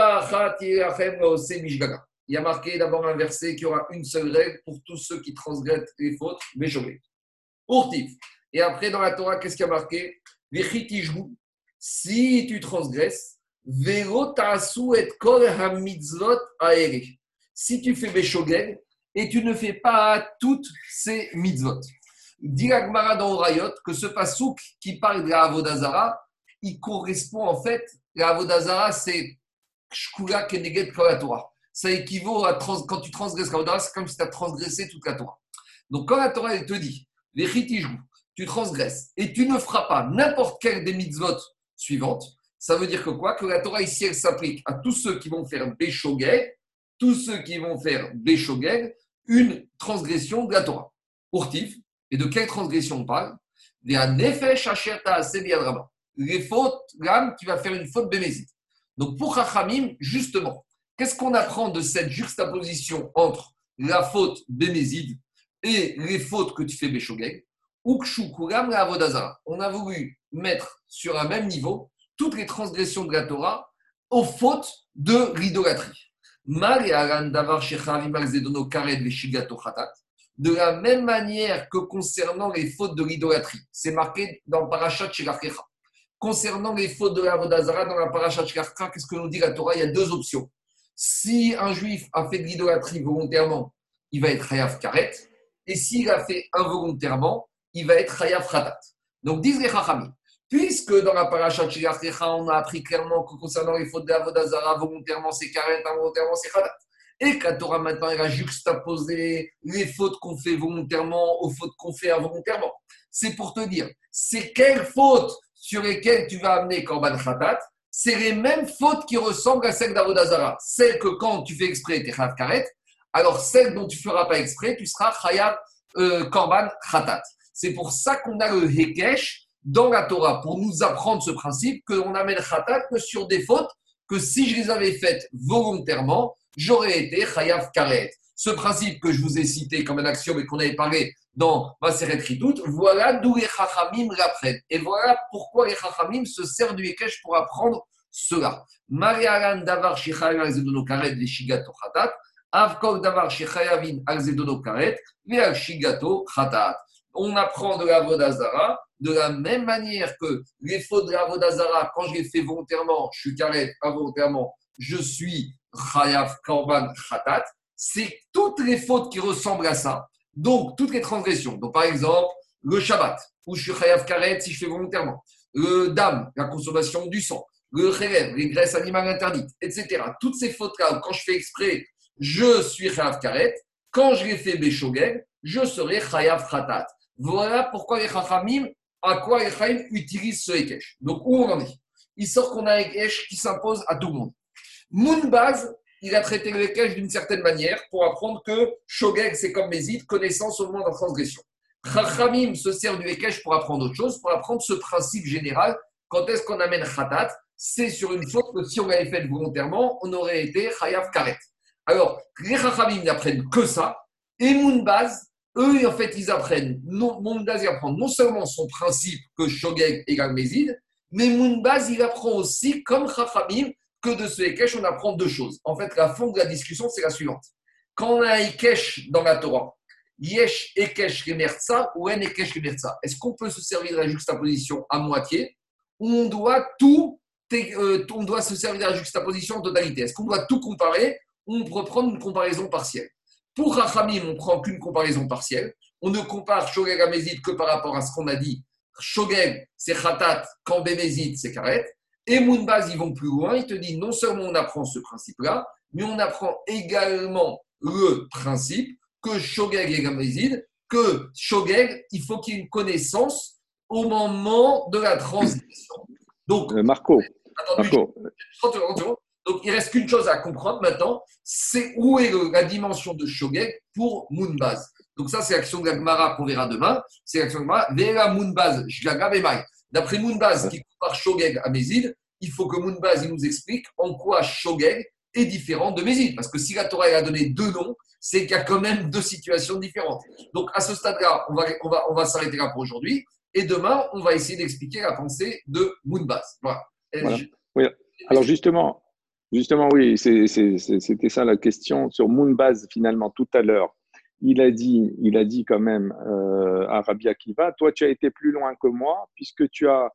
Il y a marqué d'abord un verset qu'il y aura une seule règle pour tous ceux qui transgressent les fautes, Béchogé. Urtif. Et après, dans la Torah, qu'est-ce qu'il y a marqué? Si tu transgresses, si tu fais Béchogé et tu ne fais pas toutes ces mitzvot. Dit la Gemara dans Orayot que ce pasouk qui parle de la Avodazara, il correspond en fait, la Avodazara, c'est Shkula Keneged Kol Torah. Ça équivaut à quand tu transgresses la Avodazara, c'est comme si tu as transgressé toute la Torah. Donc quand la Torah elle te dit, tu transgresses et tu ne feras pas n'importe quelle des mitzvot suivantes, ça veut dire que quoi? Que la Torah ici elle s'applique à tous ceux qui vont faire Béchogeg, une transgression de la Torah. Urtif. Et de quelle transgression on parle? Les fautes, l'âme qui va faire une faute bémézite. Donc pour Chachamim, justement, qu'est-ce qu'on apprend de cette juxtaposition entre la faute bémézide et les fautes que tu fais béchogeg? Ukshukulam la avodazara. On a voulu mettre sur un même niveau toutes les transgressions de la Torah aux fautes de l'idolâtrie. De la même manière que concernant les fautes de l'idolâtrie, c'est marqué dans Parashat Shelachecha. Concernant les fautes de la Avodazara, dans la Parashat Shelachecha, qu'est-ce que nous dit la Torah? Il y a deux options. Si un juif a fait de l'idolâtrie volontairement, il va être Chayav Karet. Et s'il a fait involontairement, il va être Chayav Khatat. Donc, disent les Chachamim, puisque dans la Parashat Shelachecha, on a appris clairement que concernant les fautes de la Avodazara, volontairement c'est Karet, involontairement c'est Khatat. Et que la Torah maintenant, elle a juxtaposé les fautes qu'on fait volontairement aux fautes qu'on fait involontairement. C'est pour te dire, c'est quelles fautes sur lesquelles tu vas amener Korban Khatat, c'est les mêmes fautes qui ressemblent à celles d'Avodazara. Celles que quand tu fais exprès, tu es Chayav Karet, alors celles dont tu ne feras pas exprès, tu seras Chayav Korban Khatat. C'est pour ça qu'on a le Hekesh dans la Torah, pour nous apprendre ce principe qu'on amène Khatat que sur des fautes que si je les avais faites volontairement, j'aurais été Chayav Karet. Ce principe que je vous ai cité comme un axiome et qu'on avait parlé dans Maseret Ritout, voilà d'où les Chachamim l'apprennent. Et voilà pourquoi les Chachamim se servent du Hekesh pour apprendre cela. Marialan davar shechayav al-zedono karet veshigato chatat, avkol davar shechayavin al-zedono karet veshigato chatat. On apprend de la Vodazara de la même manière que les fautes de la Vodazara, quand je les fais volontairement, je suis karet, involontairement, je suis Chayav Korban Khatat, c'est toutes les fautes qui ressemblent à ça, donc toutes les transgressions. Donc par exemple, le Shabbat, où je suis Chayav Karet si je fais volontairement, le Dam, la consommation du sang, le Chelev, les graisses animales interdites, etc. Toutes ces fautes-là, quand je fais exprès, je suis Chayav Karet, quand je les fais Béchogeg, je serai Chayav Khatat. Voilà pourquoi les Chachamim, à quoi les Chachamim utilisent ce Hekesh. Donc où on en est? Il sort qu'on a un Hekesh qui s'impose à tout le monde. Mounbaz, il a traité le Hekesh d'une certaine manière pour apprendre que Shogeg, c'est comme Mézid, connaissance au moment de la transgression. Chachamim se sert du Hekesh pour apprendre autre chose, pour apprendre ce principe général. Quand est-ce qu'on amène Khatat? C'est sur une faute que si on l'avait faite volontairement, on aurait été Chayav Karet. Alors, les Chachamim n'apprennent que ça, et Mounbaz, eux, en fait, ils apprennent. Mounbaz, il apprend non seulement son principe que Shogeg égale Mézid, mais Mounbaz, il apprend aussi, comme Chachamim, que de ce Ekech, on apprend deux choses. En fait, la fond de la discussion, c'est la suivante. Quand on a un Ekech dans la Torah, Yesh Ekech Remerza ou En Ekech Remerza, est-ce qu'on peut se servir de la juxtaposition à moitié ou on doit on doit se servir de la juxtaposition en totalité? Est-ce qu'on doit tout comparer ou on peut prendre une comparaison partielle? Pour Rachamim, on ne prend qu'une comparaison partielle. On ne compare Shogeg à Mézid que par rapport à ce qu'on a dit. Shogeg, c'est Khatat, quand Bémézid, c'est Karet. Et Mounbaz, ils vont plus loin. Ils te disent non seulement on apprend ce principe-là, mais on apprend également le principe que Shogeg et Gamezid, que Shogeg, il faut qu'il y ait une connaissance au moment de la transgression. Donc, Marco. Donc, il ne reste qu'une chose à comprendre maintenant, c'est où est la dimension de Shogeg pour Mounbaz. Donc ça, c'est l'action de la Gemara qu'on verra demain. C'est l'action de la Gemara. Vera Mounbaz, Jlaga Bemai. D'après Mounbaz, qui compare Shogeg à Mézid, il faut que Mounbaz il nous explique en quoi Shogeg est différent de Mézid. Parce que si la Torah a donné deux noms, c'est qu'il y a quand même deux situations différentes. Donc à ce stade-là, on va s'arrêter là pour aujourd'hui. Et demain, on va essayer d'expliquer la pensée de Mounbaz. Voilà. Oui. Alors justement, oui, c'était ça la question sur Mounbaz finalement tout à l'heure. Il a dit quand même à Rabbi Akiva, toi tu as été plus loin que moi puisque tu as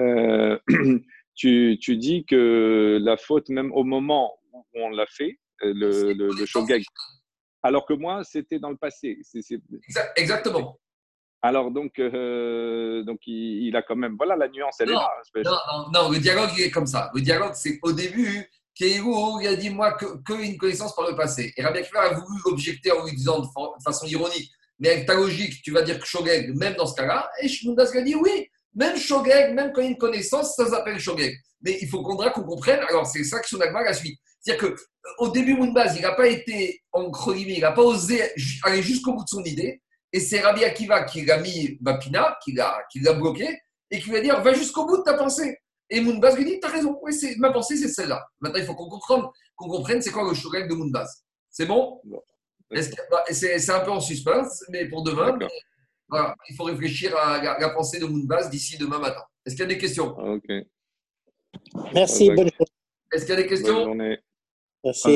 tu dis que la faute même au moment où on l'a fait, le Shogeg, alors que moi c'était dans le passé. Exactement. Alors donc il a quand même, voilà la nuance elle est là. Non, le dialogue il est comme ça. Le dialogue c'est au début. Kéhou, il a dit moi qu'une connaissance par le passé. Et Rabbi Akiva a voulu objecter en lui disant de façon ironique, mais avec ta logique, tu vas dire que Shogeg, même dans ce cas-là, et Mounbaz a dit oui, même Shogeg, même quand il y a une connaissance, ça s'appelle Shogeg. Mais il faut qu'on comprenne, alors c'est ça que son agma la suite. C'est-à-dire qu'au début, Mounbaz, il n'a pas été, entre guillemets, il n'a pas osé aller jusqu'au bout de son idée, et c'est Rabbi Akiva qui l'a mis Bapina, qui l'a bloqué, et qui lui a dit va jusqu'au bout de ta pensée. Et Mounbaz lui dit, t'as raison, oui, ma pensée, c'est celle-là. Maintenant, il faut qu'on comprenne c'est quoi le Shogeg de Mounbaz. C'est bon? C'est un peu en suspense, mais pour demain, voilà, il faut réfléchir à la pensée de Mounbaz d'ici demain matin. Est-ce qu'il y a des questions? Ok. Merci, bonne journée. Est-ce qu'il y a des questions? Bonne journée. Merci.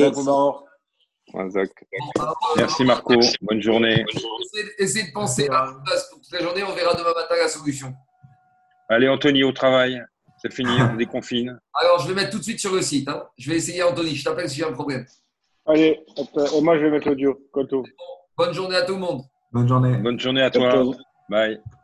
Merci Marco, bonne journée. Essayez de penser à Mounbaz pour toute la journée, on verra demain matin la solution. Allez Anthony, au travail. C'est fini, on déconfine. Alors, je vais mettre tout de suite sur le site. Hein. Je vais essayer, Anthony. Je t'appelle si j'ai un problème. Allez, et moi je vais mettre l'audio. Bonne journée à tout le monde. Bonne journée. Bonne journée à toi. Bye.